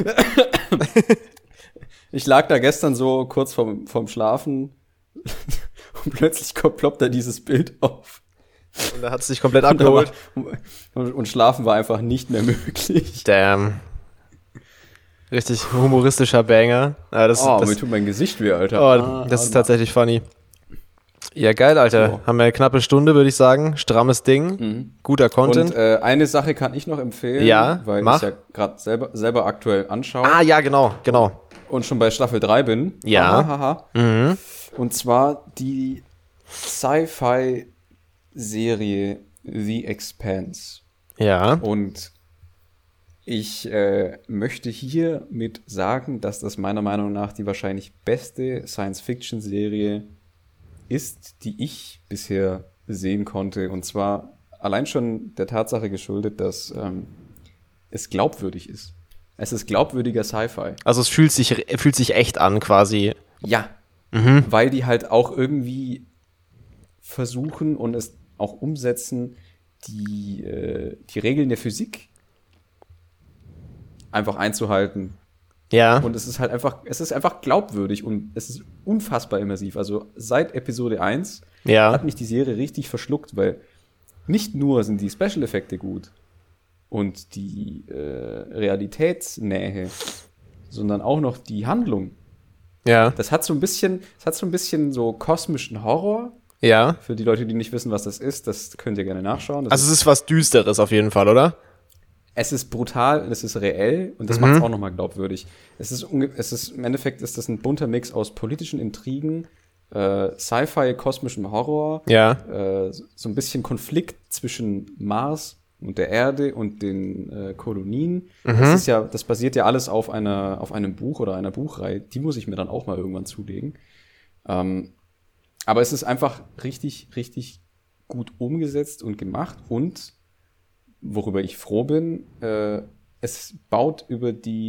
ich lag da gestern so kurz vorm, vorm Schlafen und plötzlich ploppt da dieses Bild auf. Und da hat es sich komplett abgeholt. Und, und Schlafen war einfach nicht mehr möglich. Damn. Richtig humoristischer Banger. Ja, das, oh, das, mir tut mein Gesicht weh, Alter. Oh, ah, das ah, ist tatsächlich funny. Ja, geil, Alter. So. Haben wir eine knappe Stunde, würde ich sagen. Strammes Ding. Mhm. Guter Content. Und äh, eine Sache kann ich noch empfehlen. Ja, weil mach. ich ja gerade selber, selber aktuell anschaue. Ah, ja, genau, genau. Und schon bei Staffel drei bin. Ja. Aha, aha. Mhm. Und zwar die Sci-Fi Serie The Expanse. Ja. Und ich äh, möchte hiermit sagen, dass das meiner Meinung nach die wahrscheinlich beste Science-Fiction-Serie ist, die ich bisher sehen konnte. Und zwar allein schon der Tatsache geschuldet, dass ähm, es glaubwürdig ist. Es ist glaubwürdiger Sci-Fi. Also es fühlt sich, fühlt sich echt an quasi. Ja, mhm. Weil die halt auch irgendwie versuchen und es auch umsetzen, die, äh, die Regeln der Physik einfach einzuhalten. Ja. Und es ist halt einfach, es ist einfach glaubwürdig und es ist unfassbar immersiv. Also seit Episode eins ja. hat mich die Serie richtig verschluckt, weil nicht nur sind die Special-Effekte gut und die äh, Realitätsnähe, sondern auch noch die Handlung. Ja. Das hat so ein bisschen, das hat so ein bisschen so kosmischen Horror. Ja. Für die Leute, die nicht wissen, was das ist, das könnt ihr gerne nachschauen. Das also es ist was Düsteres auf jeden Fall, oder? Es ist brutal und es ist reell und das mhm. macht es auch nochmal glaubwürdig. Es ist, unge- es ist, im Endeffekt ist das ein bunter Mix aus politischen Intrigen, äh, Sci-Fi, kosmischem Horror, ja. äh, so ein bisschen Konflikt zwischen Mars und der Erde und den äh, Kolonien. Mhm. Das ist ja, das basiert ja alles auf einer, auf einem Buch oder einer Buchreihe. Die muss ich mir dann auch mal irgendwann zulegen. Ähm, aber es ist einfach richtig, richtig gut umgesetzt und gemacht und worüber ich froh bin, äh, es baut über die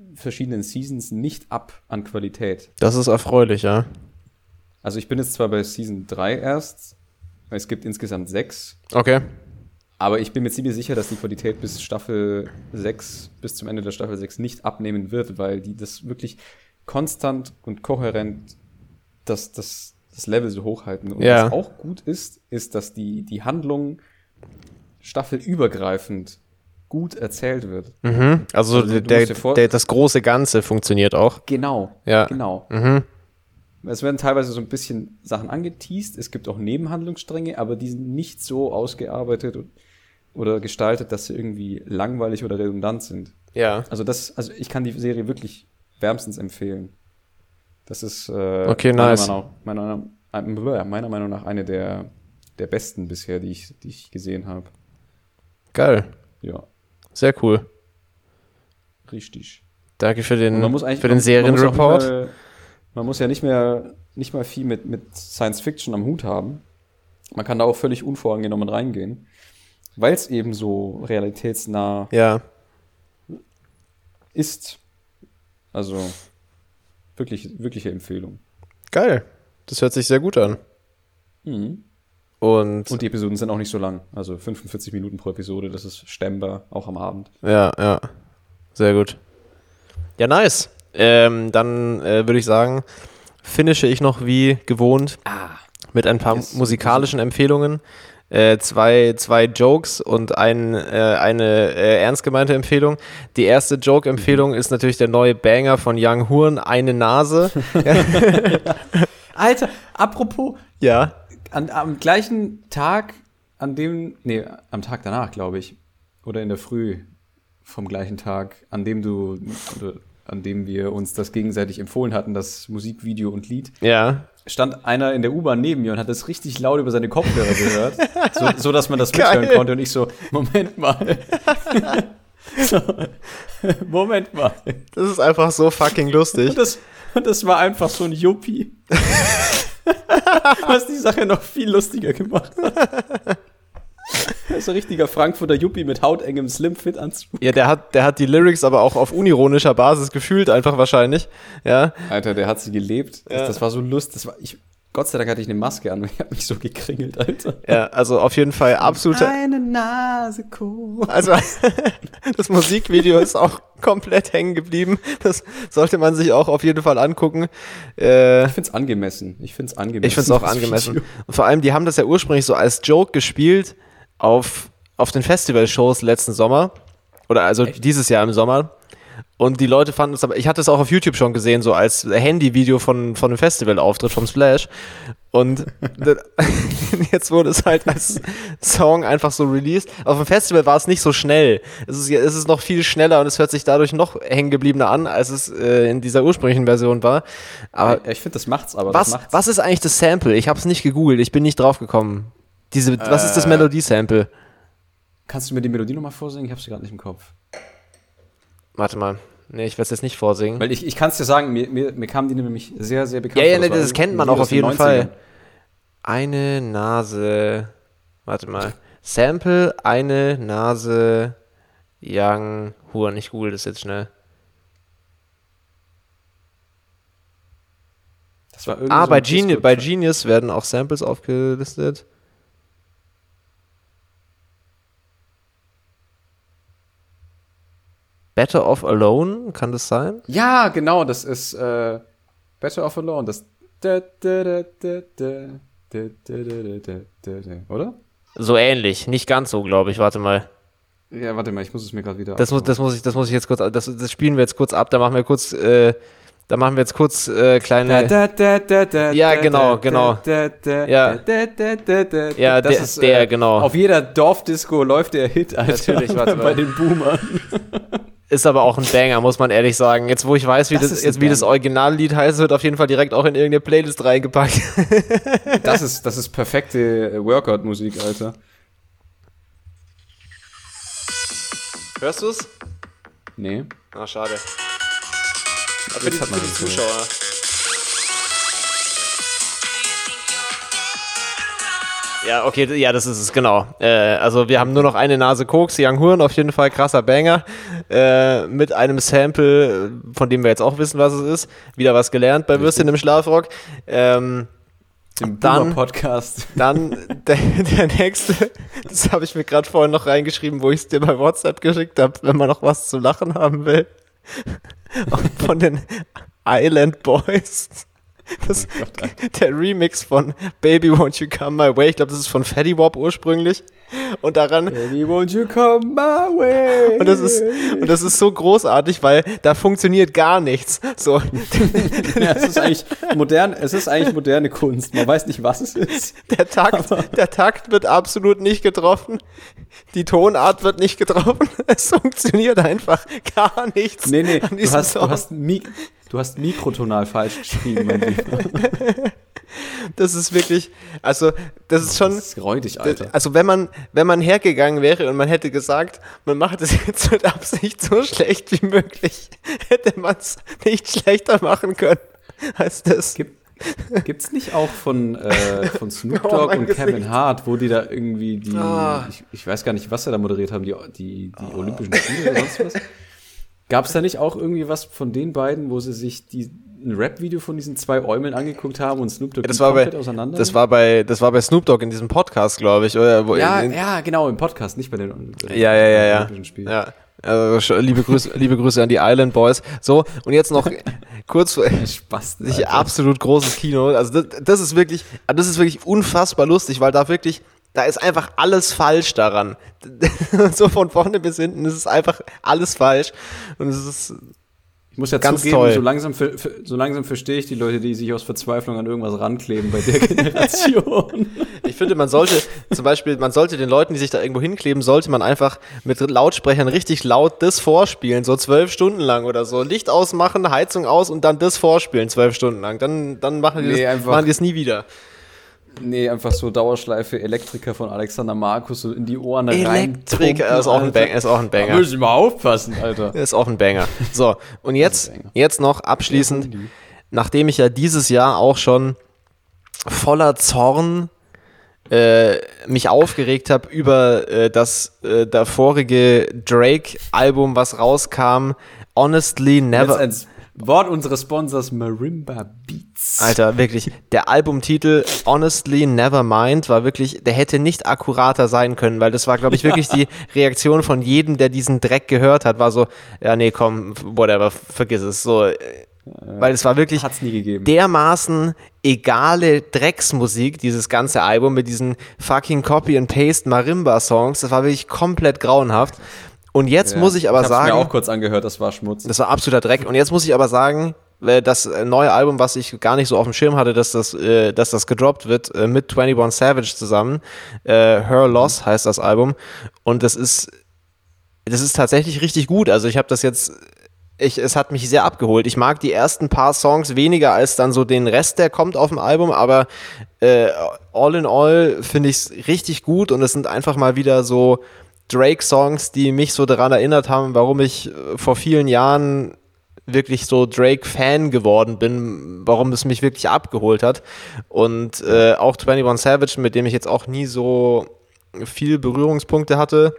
verschiedenen Seasons nicht ab an Qualität. Das ist erfreulich, ja. Also ich bin jetzt zwar bei Season drei erst, es gibt insgesamt sechs. Okay. Aber ich bin mir ziemlich sicher, dass die Qualität bis Staffel sechs, bis zum Ende der Staffel sechs nicht abnehmen wird, weil die das wirklich konstant und kohärent das, das, das Level so hochhalten. Und ja. was auch gut ist, ist, dass die, die Handlung staffelübergreifend gut erzählt wird. Mhm. Also, also der, der, das große Ganze funktioniert auch. Genau, ja. genau. Mhm. Es werden teilweise so ein bisschen Sachen angeteast, es gibt auch Nebenhandlungsstränge, aber die sind nicht so ausgearbeitet oder gestaltet, dass sie irgendwie langweilig oder redundant sind. Ja. Also das, also ich kann die Serie wirklich wärmstens empfehlen. Das ist äh, okay, meiner, nice. Meinung, meiner, meiner, meiner Meinung nach eine der, der besten bisher, die ich, die ich gesehen habe. Geil. Ja. Sehr cool. Richtig. Danke für den, man muss eigentlich, für den Serienreport. Man, man muss ja nicht mehr nicht mal viel mit, mit Science Fiction am Hut haben. Man kann da auch völlig unvoreingenommen reingehen, weil es eben so realitätsnah ja. ist. Also wirklich, wirkliche Empfehlung. Geil. Das hört sich sehr gut an. Mhm. Und, Und die Episoden sind auch nicht so lang. Also fünfundvierzig Minuten pro Episode, das ist stemmbar, auch am Abend. Ja, ja. Sehr gut. Ja, nice. Ähm, dann äh, würde ich sagen, finische ich noch wie gewohnt ah, mit ein paar yes, musikalischen Empfehlungen. Äh, zwei, zwei Jokes und ein, äh, eine äh, ernst gemeinte Empfehlung. Die erste Joke-Empfehlung mhm. ist natürlich der neue Banger von Young Horn, Eine Nase. Alter, apropos, ja. An, am gleichen Tag, an dem, nee, am Tag danach, glaube ich, oder in der Früh vom gleichen Tag, an dem du, oder an dem wir uns das gegenseitig empfohlen hatten, das Musikvideo und Lied, ja. stand einer in der U-Bahn neben mir und hat das richtig laut über seine Kopfhörer gehört, so, so dass man das mithören konnte und ich so, Moment mal. so, Moment mal. Das ist einfach so fucking lustig. Und das, und das war einfach so ein Yuppie. Was die Sache noch viel lustiger gemacht hat. Das ist ein richtiger Frankfurter Yuppie mit hautengem Slimfit-Anzug. Ja, der hat, der hat die Lyrics aber auch auf unironischer Basis gefühlt, einfach wahrscheinlich. Ja. Alter, der hat sie gelebt. Das, ja. das war so lustig. Das war, ich, Gott sei Dank hatte ich eine Maske an und ich habe mich so gekringelt, Alter. Ja, also auf jeden Fall absolute... Eine Nase cool. Also das Musikvideo ist auch komplett hängen geblieben. Das sollte man sich auch auf jeden Fall angucken. Äh, ich find's angemessen. Ich find's angemessen. Ich find's auch angemessen. Video. Und vor allem, die haben das ja ursprünglich so als Joke gespielt auf, auf den Festival-Shows letzten Sommer. Oder also Echt? Dieses Jahr im Sommer. Und die Leute fanden es aber, ich hatte es auch auf YouTube schon gesehen, so als Handyvideo von, von einem Festivalauftritt vom Splash. Und jetzt wurde es halt als Song einfach so released. Auf dem Festival war es nicht so schnell. Es ist, es ist noch viel schneller und es hört sich dadurch noch hängengebliebener an, als es äh, in dieser ursprünglichen Version war. Aber ja, ich finde, das macht's aber. Was, das macht's. was ist eigentlich das Sample? Ich habe es nicht gegoogelt, ich bin nicht drauf gekommen. Diese, äh, was ist das Melodie-Sample? Kannst du mir die Melodie nochmal vorsingen? Ich habe sie gerade nicht im Kopf. Warte mal. Nee, ich werde es jetzt nicht vorsingen. Weil ich, ich kann es dir sagen, mir, mir, mir kam die nämlich sehr, sehr bekannt vor. Ja, ja, vor. nee, das, das kennt man auch auf jeden Fall. Eine Nase. Warte mal. Sample, eine Nase, Young Horn. Ich google das jetzt schnell. Das war ah, so bei, Geni- bei Genius werden auch Samples aufgelistet. Better Off Alone, kann das sein? Ja, genau, das ist äh, Better Off Alone, das da, da, da, da, da, da, da, da, da, oder? So ähnlich, nicht ganz so, glaube ich, warte mal. Ja, warte mal, ich muss es mir gerade wieder das muss, das muss ich, das muss ich jetzt kurz, das, das spielen wir jetzt kurz ab, da machen wir kurz, äh, da machen wir jetzt kurz äh, kleine... Da, da, da, da, ja, genau, genau. Da, da, ja, da, da, da, da, ja das der, ist, der äh, genau. Auf jeder Dorfdisco läuft der Hit, Alter. Natürlich, warte mal. Bei den Boomern. Ist aber auch ein Banger, muss man ehrlich sagen. Jetzt, wo ich weiß, wie das, das, jetzt, wie das Originallied heißt, wird auf jeden Fall direkt auch in irgendeine Playlist reingepackt. das, ist, das ist perfekte Workout-Musik, Alter. Hörst du's? Nee. Ah, schade. Aber für die, hat man für die Zuschauer. Ja, okay, ja, das ist es, genau. Äh, also wir haben nur noch eine Nase Koks, Young Horn, auf jeden Fall krasser Banger, äh, mit einem Sample, von dem wir jetzt auch wissen, was es ist. Wieder was gelernt bei Würstchen im Schlafrock. Ähm, Im dann, Podcast. Dann der, der nächste, das habe ich mir gerade vorhin noch reingeschrieben, wo ich es dir bei WhatsApp geschickt habe, wenn man noch was zu lachen haben will. Von den Island Boys. Das, der Remix von Baby Won't You Come My Way, ich glaube, das ist von Fetty Wap ursprünglich. Und daran. Baby Won't You Come My Way. Und das ist, und das ist so großartig, weil da funktioniert gar nichts. So. Ja, es ist eigentlich modern, es ist eigentlich moderne Kunst. Man weiß nicht, was es ist. Der Takt, der Takt wird absolut nicht getroffen. Die Tonart wird nicht getroffen. Es funktioniert einfach gar nichts. Nee, nee, du hast, du hast Mi- Du hast mikrotonal falsch geschrieben, mein Lieber. Das ist wirklich, also das ist schon, das ist räudig, Alter. Also wenn man, wenn man hergegangen wäre und man hätte gesagt, man macht es jetzt mit Absicht so schlecht wie möglich, hätte man es nicht schlechter machen können als das. Gibt Gibt's nicht auch von, äh, von Snoop Dogg oh, und Gesicht. Kevin Hart, wo die da irgendwie die, ah. ich, ich weiß gar nicht, was sie da moderiert haben, die, die, die oh. Olympischen Spiele oder sonst was? Gab es da nicht auch irgendwie was von den beiden, wo sie sich die, ein Rap-Video von diesen zwei Äumeln angeguckt haben und Snoop Dogg ja, das war komplett bei, auseinander? Das war bei, das war bei Snoop Dogg in diesem Podcast, glaube ich, oder? Wo ja, in, in, ja, genau, im Podcast, nicht bei den, bei den ja, ja, ja, ja. Olympischen Spielen. Ja. Also, liebe Grüße, liebe Grüße an die Island Boys. So, und jetzt noch kurz Spaß, nicht absolut großes Kino. Also das, das ist wirklich, das ist wirklich unfassbar lustig, weil da wirklich, da ist einfach alles falsch daran. So von vorne bis hinten ist es einfach alles falsch. Und es ist Ich muss ja ganz zugeben, toll. So, langsam für, für, so langsam verstehe ich die Leute, die sich aus Verzweiflung an irgendwas rankleben bei der Generation. Ich finde, man sollte zum Beispiel, man sollte den Leuten, die sich da irgendwo hinkleben, sollte man einfach mit Lautsprechern richtig laut das vorspielen, so zwölf Stunden lang oder so. Licht ausmachen, Heizung aus und dann das vorspielen, zwölf Stunden lang. Dann, dann machen die nee, das, machen die es nie wieder. Nee, einfach so Dauerschleife Elektriker von Alexander Markus so in die Ohren rein. Elektriker ist auch ein Banger. Ist auch ein Banger. Da müssen wir mal aufpassen, Alter. Ist auch ein Banger. So, und jetzt, jetzt noch abschließend, nachdem ich ja dieses Jahr auch schon voller Zorn äh, mich aufgeregt habe über äh, das äh, davorige Drake-Album, was rauskam, Honestly Never... Wort unseres Sponsors Marimba Beats. Alter, wirklich, der Albumtitel Honestly Nevermind war wirklich, der hätte nicht akkurater sein können, weil das war, glaube ich, wirklich die Reaktion von jedem, der diesen Dreck gehört hat, war so, ja, nee, komm, whatever, vergiss es, so, äh, weil es war wirklich Hat's nie gegeben. dermaßen egale Drecksmusik, dieses ganze Album mit diesen fucking Copy-and-Paste Marimba-Songs, das war wirklich komplett grauenhaft. Und jetzt ja, muss ich aber ich sagen... Ich habe mir auch kurz angehört, das war Schmutz. Das war absoluter Dreck. Und jetzt muss ich aber sagen, das neue Album, was ich gar nicht so auf dem Schirm hatte, dass das, äh, dass das gedroppt wird, äh, mit einundzwanzig Savage zusammen. Äh, Her Loss heißt das Album. Und das ist, das ist tatsächlich richtig gut. Also ich habe das jetzt... Ich, es hat mich sehr abgeholt. Ich mag die ersten paar Songs weniger als dann so den Rest, der kommt auf dem Album, aber äh, all in all finde ich es richtig gut und es sind einfach mal wieder so Drake-Songs, die mich so daran erinnert haben, warum ich vor vielen Jahren wirklich so Drake-Fan geworden bin, warum es mich wirklich abgeholt hat. Und äh, auch einundzwanzig Savage, mit dem ich jetzt auch nie so viel Berührungspunkte hatte,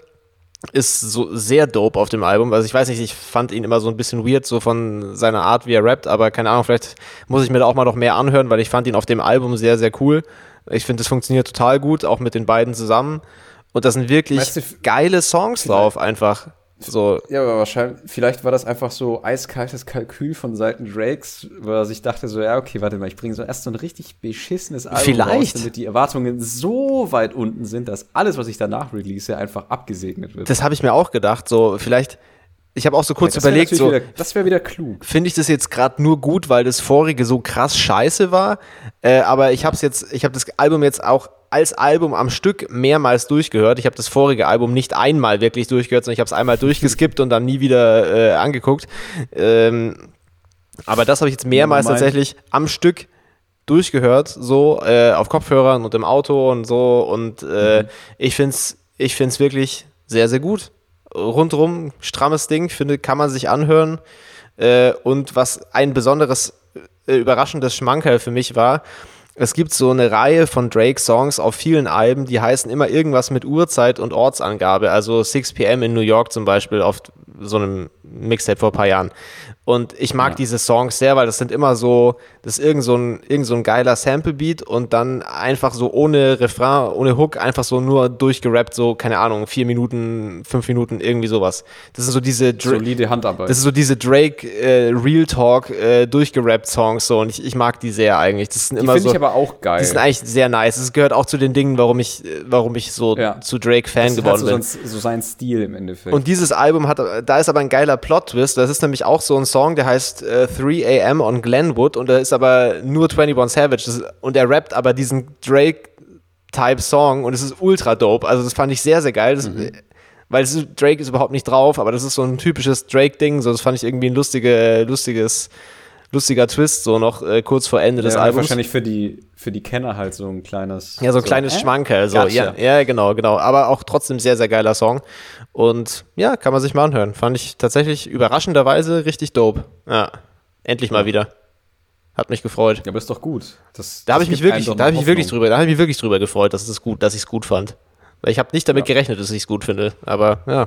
ist so sehr dope auf dem Album. Also ich weiß nicht, ich fand ihn immer so ein bisschen weird, so von seiner Art, wie er rappt, aber keine Ahnung, vielleicht muss ich mir da auch mal noch mehr anhören, weil ich fand ihn auf dem Album sehr, sehr cool. Ich finde, es funktioniert total gut, auch mit den beiden zusammen. Und da sind wirklich weißt du, geile Songs drauf, einfach. So. Ja, aber wahrscheinlich, vielleicht war das einfach so eiskaltes Kalkül von Seiten Drakes, wo er sich dachte so, ja, okay, warte mal, ich bringe so erst so ein richtig beschissenes Album vielleicht. raus, damit die Erwartungen so weit unten sind, dass alles, was ich danach release, einfach abgesegnet wird. Das habe ich mir auch gedacht, so vielleicht, ich habe auch so kurz ja, überlegt, so, wieder, das wäre wieder klug. Finde ich das jetzt gerade nur gut, weil das vorige so krass scheiße war, äh, aber ich habe es jetzt, ich habe das Album jetzt auch als Album am Stück mehrmals durchgehört. Ich habe das vorige Album nicht einmal wirklich durchgehört, sondern ich habe es einmal durchgeskippt und dann nie wieder äh, angeguckt. Ähm, aber das habe ich jetzt mehrmals ja, tatsächlich am Stück durchgehört, so äh, auf Kopfhörern und im Auto und so. Und äh, mhm. ich finde es ich find's wirklich sehr, sehr gut. Rundrum, strammes Ding, finde, kann man sich anhören. Äh, und was ein besonderes, äh, überraschendes Schmankerl für mich war, es gibt so eine Reihe von Drake-Songs auf vielen Alben, die heißen immer irgendwas mit Uhrzeit und Ortsangabe. Also six p.m. in New York zum Beispiel auf so einem Mixtape vor ein paar Jahren. Und ich mag ja. diese Songs sehr, weil das sind immer so, das ist irgend so ein, irgend so ein geiler Sample-Beat und dann einfach so ohne Refrain, ohne Hook, einfach so nur durchgerappt, so, keine Ahnung, vier Minuten, fünf Minuten, irgendwie sowas. Das sind so diese Dra- solide Handarbeit. Das ist so diese Drake äh, Real Talk äh, durchgerappt Songs so und ich, ich mag die sehr eigentlich. Das sind die immer finde so, ich aber auch geil. Die sind eigentlich sehr nice. Das gehört auch zu den Dingen, warum ich, warum ich so ja. zu Drake Fan das geworden so bin. Sonst, so sein Stil im Endeffekt. Und dieses Album hat, da ist aber ein geiler Plot-Twist. Das ist nämlich auch so ein Song, der heißt äh, three a.m. on Glenwood und da ist aber nur twenty-one Savage das ist, und er rappt aber diesen Drake-Type-Song und es ist ultra dope. Also das fand ich sehr, sehr geil. Das, mhm. Weil es ist, Drake ist überhaupt nicht drauf, aber das ist so ein typisches Drake-Ding. So, das fand ich irgendwie ein lustige, lustiges, lustiger Twist, so noch äh, kurz vor Ende ja, des Albums. Wahrscheinlich für die, für die Kenner halt so ein kleines... Ja, so ein so, kleines äh? Schmankerl. So. Ja, ja, genau, genau. Aber auch trotzdem sehr, sehr geiler Song. Und ja, kann man sich mal anhören. Fand ich tatsächlich überraschenderweise richtig dope. Ja, endlich mal wieder. Hat mich gefreut. Ja, aber ist doch gut. Das, da habe ich mich wirklich, da habe ich mich wirklich drüber, da habe ich mich wirklich drüber gefreut, dass es gut, dass ich es gut fand. Weil ich habe nicht damit ja. gerechnet, dass ich es gut finde. Aber ja.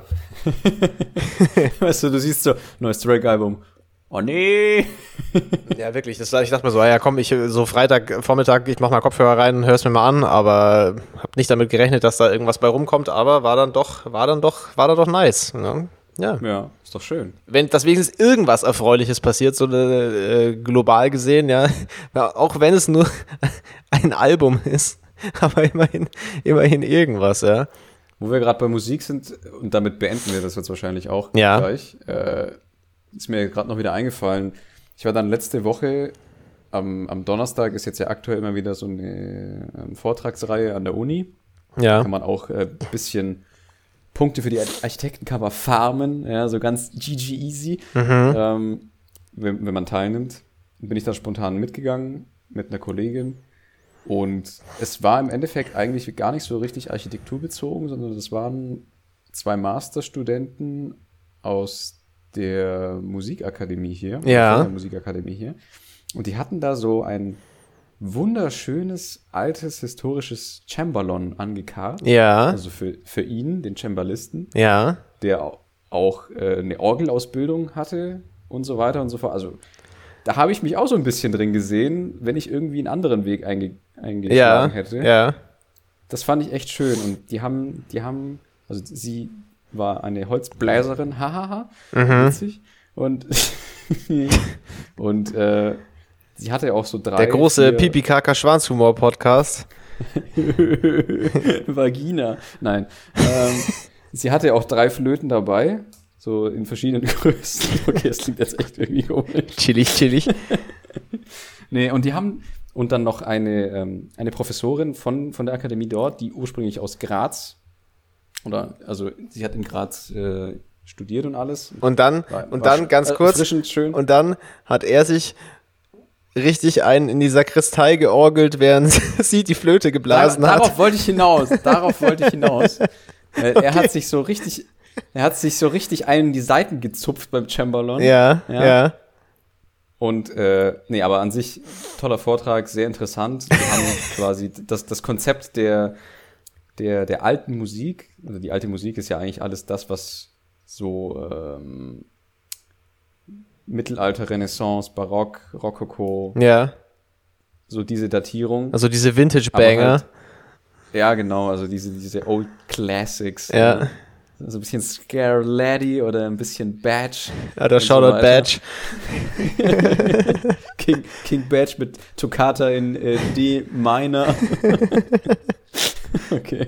Weißt du, du siehst so neues Drake-Album. Oh nee. Ja, wirklich. Das, ich dachte mir so, ja komm, ich so Freitag Vormittag, ich mach mal Kopfhörer rein und hör's mir mal an, aber habe nicht damit gerechnet, dass da irgendwas bei rumkommt, aber war dann doch, war dann doch, war dann doch nice. Ne? Ja. Ja, ist doch schön. Wenn das wenigstens irgendwas Erfreuliches passiert, so äh, global gesehen, ja, auch wenn es nur ein Album ist, aber immerhin, immerhin irgendwas, ja. Wo wir gerade bei Musik sind, und damit beenden wir das jetzt wahrscheinlich auch ja. gleich, äh, ist mir gerade noch wieder eingefallen. Ich war dann letzte Woche, am, am Donnerstag ist jetzt ja aktuell immer wieder so eine ähm, Vortragsreihe an der Uni. Ja. Da kann man auch ein äh, bisschen Punkte für die Architektenkammer farmen, ja, so ganz G G easy, mhm. ähm, wenn, wenn man teilnimmt. Bin ich da spontan mitgegangen mit einer Kollegin. Und es war im Endeffekt eigentlich gar nicht so richtig architekturbezogen, sondern das waren zwei Masterstudenten aus der Musikakademie hier. Ja. Der Musikakademie hier. Und die hatten da so ein wunderschönes, altes, historisches Cembalon angekarrt. Ja. Also für, für ihn, den Cembalisten. Ja. Der auch äh, eine Orgelausbildung hatte und so weiter und so fort. Also da habe ich mich auch so ein bisschen drin gesehen, wenn ich irgendwie einen anderen Weg einge- eingeschlagen ja, hätte. Ja. Das fand ich echt schön. Und die haben, die haben, also sie war eine Holzbläserin, hahaha, mhm. witzig. Und, und äh, sie hatte auch so drei. Der große Pipi-Kaka-Schwanzhumor-Podcast. Vagina. Nein. ähm, sie hatte auch drei Flöten dabei. So in verschiedenen Größen. Okay, das klingt jetzt echt irgendwie komisch. Chillig, chillig. Nee, und die haben, und dann noch eine, ähm, eine Professorin von, von der Akademie dort, die ursprünglich aus Graz, oder, also sie hat in Graz äh, studiert und alles. Und dann, war, und dann ganz äh, kurz, schön. Und dann hat er sich richtig einen in die Sakristei georgelt, während sie die Flöte geblasen Dar- hat. Darauf wollte ich hinaus, darauf wollte ich hinaus. Äh, okay. Er hat sich so richtig... Er hat sich so richtig einen in die Seiten gezupft beim Cembalon. Ja, ja. ja. Und, äh, nee, aber an sich toller Vortrag, sehr interessant. Wir haben quasi das, das Konzept der, der, der alten Musik, also die alte Musik ist ja eigentlich alles das, was so ähm, Mittelalter, Renaissance, Barock, Rokoko, ja. so diese Datierung. Also diese Vintage-Banger. Halt, ja, genau, also diese, diese Old Classics. Ja. ja. So ein bisschen Scare Laddie oder ein bisschen Badge. Ja, der Shoutout so Badge. King, King Badge mit Toccata in äh, D Minor. Okay.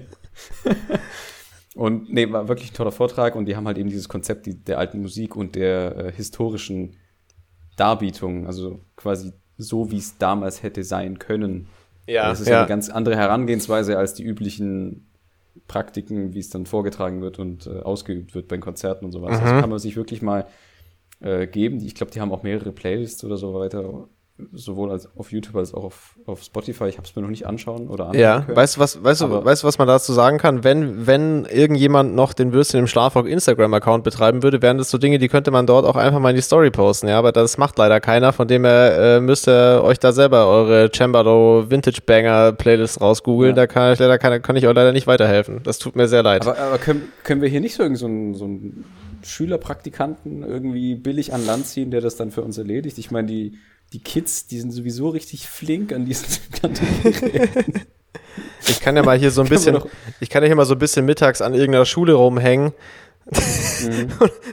Und nee, war wirklich ein toller Vortrag und die haben halt eben dieses Konzept die, der alten Musik und der äh, historischen Darbietung, also quasi so, wie es damals hätte sein können. Ja, das ist ja. ja eine ganz andere Herangehensweise als die üblichen Praktiken, wie es dann vorgetragen wird und äh, ausgeübt wird bei Konzerten und sowas. Mhm. Das kann man sich wirklich mal äh, geben. Ich glaube, die haben auch mehrere Playlists oder so weiter sowohl als auf YouTube als auch auf, auf Spotify. Ich habe es mir noch nicht anschauen oder anschauen Ja, können. weißt du, was, weißt du, Aber- weißt du, was man dazu sagen kann? Wenn, wenn irgendjemand noch den Würstchen im Schlafrock Instagram-Account betreiben würde, wären das so Dinge, die könnte man dort auch einfach mal in die Story posten, ja, aber das macht leider keiner, von dem her äh, müsst ihr euch da selber eure Cembalo Vintage Banger Playlist rausgoogeln, Ja. da kann ich leider keine, kann ich euch leider nicht weiterhelfen. Das tut mir sehr leid. Aber, aber können, können wir hier nicht so irgendwie so einen, so einen Schülerpraktikanten irgendwie billig an Land ziehen, der das dann für uns erledigt? Ich meine, die, die Kids, die sind sowieso richtig flink an diesen ganzen Geräten. Ich kann ja mal hier so ein Können wir bisschen, doch- ich kann ja hier mal so ein bisschen mittags an irgendeiner Schule rumhängen Mhm.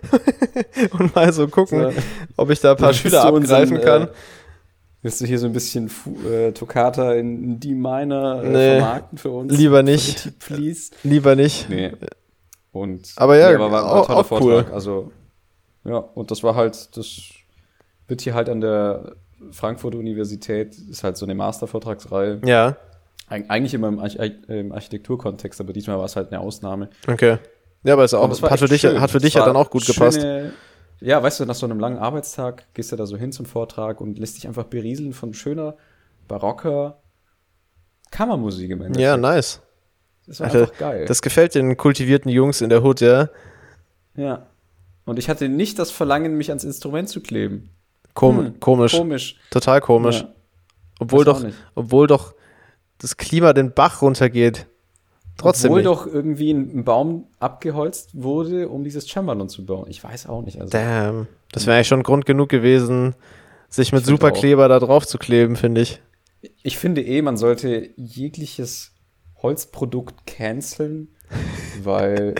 und mal so gucken, So. ob ich da ein paar Dann Schüler bist du unseren, abgreifen kann. Äh, wirst du hier so ein bisschen Fu äh, Toccata in D-Minor äh, Nee, vermarkten für uns? lieber nicht. Pretty Please. Lieber nicht. Nee. Und, Aber ja, nee, war, war ein auch- toller auch cool. Vortrag. Also, ja, und das war halt, das wird hier halt an der Frankfurter Universität, ist halt so eine Mastervortragsreihe. Ja, Eig eigentlich immer im, Arch im Architekturkontext, aber diesmal war es halt eine Ausnahme. okay. Ja, aber ist auch, Und das war hat für echt dich, schön. hat für dich Das ja dann war auch gut gepasst. schöne- Ja, weißt du, nach so einem langen Arbeitstag gehst du da so hin zum Vortrag und lässt dich einfach berieseln von schöner, barocker Kammermusik im Endeffekt. Ja, nice. Das war Alter, einfach geil. Das gefällt den kultivierten Jungs in der Hood, ja. ja. Und ich hatte nicht das Verlangen, mich ans Instrument zu kleben. Kom Hm, komisch. Komisch. Total komisch. Ja. Obwohl Weiß auch doch, nicht. obwohl doch das Klima den Bach runtergeht. Trotzdem Obwohl nicht. doch irgendwie ein, ein Baum abgeholzt wurde, um dieses Cembalo zu bauen. Ich weiß auch nicht. Also, Damn. Das wäre eigentlich schon Grund genug gewesen, sich mit Ich find Superkleber da drauf zu kleben, finde ich. ich finde eh, man sollte jegliches Holzprodukt canceln, weil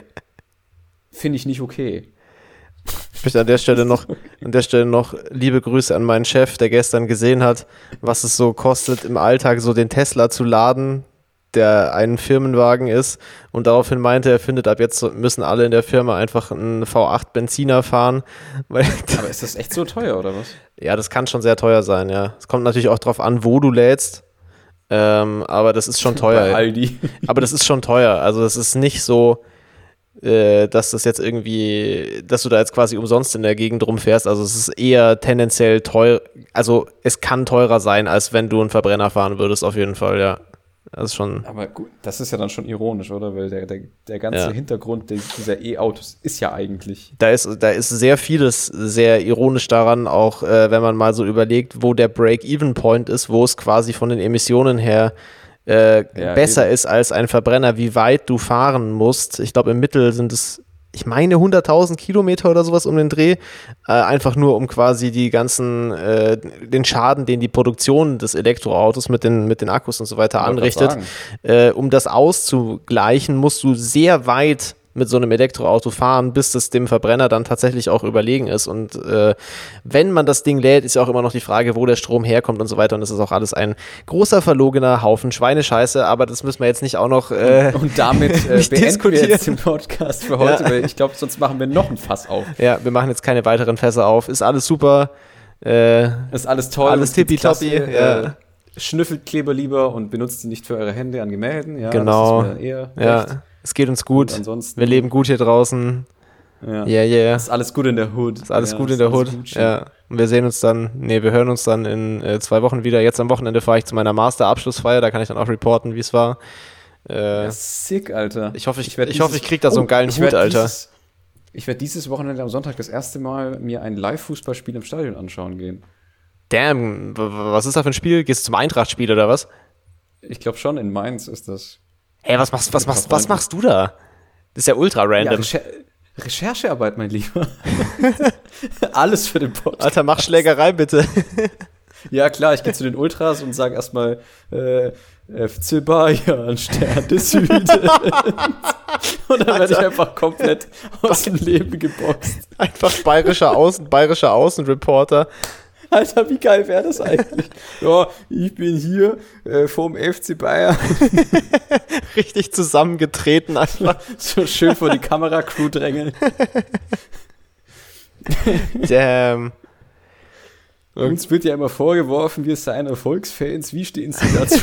finde ich nicht okay. Ich möchte an der Stelle noch, an der Stelle noch liebe Grüße an meinen Chef, der gestern gesehen hat, was es so kostet, im Alltag so den Tesla zu laden, der ein Firmenwagen ist, und daraufhin meinte, er findet, ab jetzt müssen alle in der Firma einfach einen V acht Benziner fahren, weil Aber ist das echt so teuer, oder was? ja, das kann schon sehr teuer sein, ja. Es kommt natürlich auch drauf an, wo du lädst, ähm, aber das ist schon teuer. Bei Aldi. Aber das ist schon teuer. Also das ist nicht so, äh, dass das jetzt irgendwie, dass du da jetzt quasi umsonst in der Gegend rumfährst. Also es ist eher tendenziell teuer. Also es kann teurer sein, als wenn du einen Verbrenner fahren würdest, auf jeden Fall, ja. Das ist schon. Aber gut, das ist ja dann schon ironisch, oder? Weil der, der, der ganze Ja. Hintergrund dieser E-Autos ist ja eigentlich. Da ist, da ist sehr vieles sehr ironisch daran, auch äh, wenn man mal so überlegt, wo der Break-Even-Point ist, wo es quasi von den Emissionen her äh, Ja, besser eben. ist als ein Verbrenner, wie weit du fahren musst. Ich glaube, im Mittel sind es, ich meine, hunderttausend Kilometer oder sowas um den Dreh, äh, einfach nur um quasi die ganzen, äh, den Schaden, den die Produktion des Elektroautos mit den, mit den Akkus und so weiter Wollte grad anrichtet, sagen. äh, um das auszugleichen, musst du sehr weit mit so einem Elektroauto fahren, bis das dem Verbrenner dann tatsächlich auch überlegen ist. Und äh, wenn man das Ding lädt, ist ja auch immer noch die Frage, wo der Strom herkommt und so weiter. Und das ist auch alles ein großer, verlogener Haufen Schweinescheiße. Aber das müssen wir jetzt nicht auch noch äh, Und damit äh, nicht beenden diskutieren. wir jetzt den Podcast für heute, Ja. weil ich glaube, sonst machen wir noch ein Fass auf. Ja, wir machen jetzt keine weiteren Fässer auf. Ist alles super. Äh, Ist alles toll. Alles uns geht's tippitoppi, klasse. ja. Äh, Schnüffelt Kleber lieber und benutzt sie nicht für eure Hände an Gemälden. Ja, Genau. Das ist mir eher ja, recht. es geht uns gut. Und ansonsten- Wir leben gut hier draußen. Ja. Yeah, yeah. Ist alles gut in der Hood. Ist alles ja, gut in ist der alles Hood. Gucci. Ja. Und wir sehen uns dann, nee, wir hören uns dann in äh, zwei Wochen wieder. Jetzt am Wochenende fahre ich zu meiner Master-Abschlussfeier, da kann ich dann auch reporten, wie es war. Äh, Ja, sick, Alter. ich hoffe, ich, werd ich, hoffe, dieses- ich krieg da so einen geilen ich Hut, werd Alter. Dieses, ich werde dieses Wochenende am Sonntag das erste Mal mir ein Live-Fußballspiel im Stadion anschauen gehen. Damn, w- w- was ist da für ein Spiel? Gehst du zum Eintracht-Spiel oder was? Ich glaube schon, in Mainz ist das. Hey, was machst, was machst, was machst du da? Das ist ja ultra Ja, random. Recher Recherchearbeit, mein Lieber. Alles für den Podcast. Alter, mach Schlägerei bitte. Ja, klar, ich gehe zu den Ultras und sage erstmal äh, F C Bayern, Stern des Südens. Und dann werde ich einfach komplett aus dem Leben geboxt. Einfach bayerischer Außen, bayerischer Außenreporter. Alter, wie geil wäre das eigentlich? Ja, ich bin hier äh, vom F C Bayern. Richtig zusammengetreten einfach. So schön vor die Kameracrew drängeln. Damn. Uns wird ja immer vorgeworfen, wir seien Erfolgsfans. Wie stehen Sie dazu?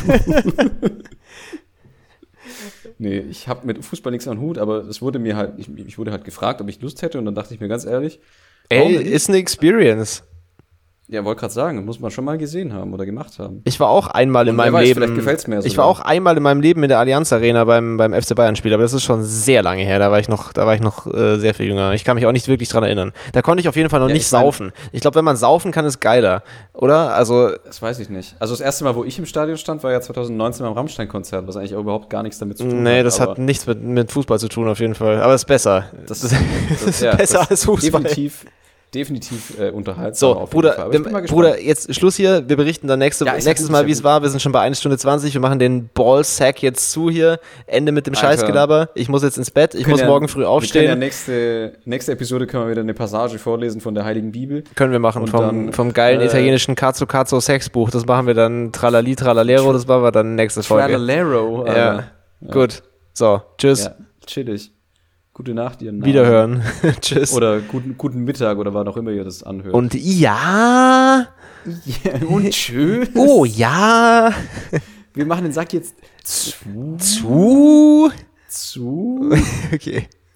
Nee, ich habe mit Fußball nichts am Hut, aber es wurde mir halt, ich, ich wurde halt gefragt, ob ich Lust hätte, und dann dachte ich mir ganz ehrlich, Ey, warum nicht? ist eine Experience. Ja, wollte gerade sagen, muss man schon mal gesehen haben oder gemacht haben. Ich war auch einmal in Und meinem wer weiß, Leben. vielleicht gefällt's mir ja Ich sogar. war auch einmal in meinem Leben in der Allianz Arena beim, beim F C Bayern Spiel, aber das ist schon sehr lange her. Da war ich noch, da war ich noch äh, sehr viel jünger. Ich kann mich auch nicht wirklich dran erinnern. Da konnte ich auf jeden Fall noch Ja, nicht ich mein- saufen. Ich glaube, wenn man saufen kann, ist geiler, oder? Also Das weiß ich nicht. Also das erste Mal, wo ich im Stadion stand, war ja zwanzig neunzehn beim Rammstein-Konzert, was eigentlich auch überhaupt gar nichts damit zu tun nee, hat. das aber hat nichts mit, mit Fußball zu tun auf jeden Fall. Aber es ist besser. das, das, das, ist ja, besser das als Fußball. Definitiv, definitiv äh, unterhaltsam. So, auf jeden Bruder, Fall. Aber wir, ich bin mal gespannt. Bruder, jetzt Schluss hier. Wir berichten dann nächste, Ja, ist ja nächstes gut, Mal, ist ja wie es gut. war. Wir sind schon bei eine Stunde zwanzig. Wir machen den Ballsack jetzt zu hier. Ende mit dem Alter. Scheißgelaber. Ich muss jetzt ins Bett. Ich können muss ja- morgen früh Wir können ja aufstehen. nächste, nächste Episode können wir wieder eine Passage vorlesen von der Heiligen Bibel. Können wir machen. Und Vom, dann, vom geilen äh, italienischen Katsu Katsu Sexbuch. Das machen wir dann Tralali Tralalero. Das machen wir dann nächste Folge. Tralalero. Ja. Alter. Gut. So, tschüss. Ja, chillig. Gute Nacht, ihr Nasen. Wiederhören. Tschüss. Oder guten, guten Mittag oder wann auch immer ihr das anhört. Und ja. ja, und tschüss. Oh ja. Wir machen den Sack jetzt zu. Zu. Zu. Okay.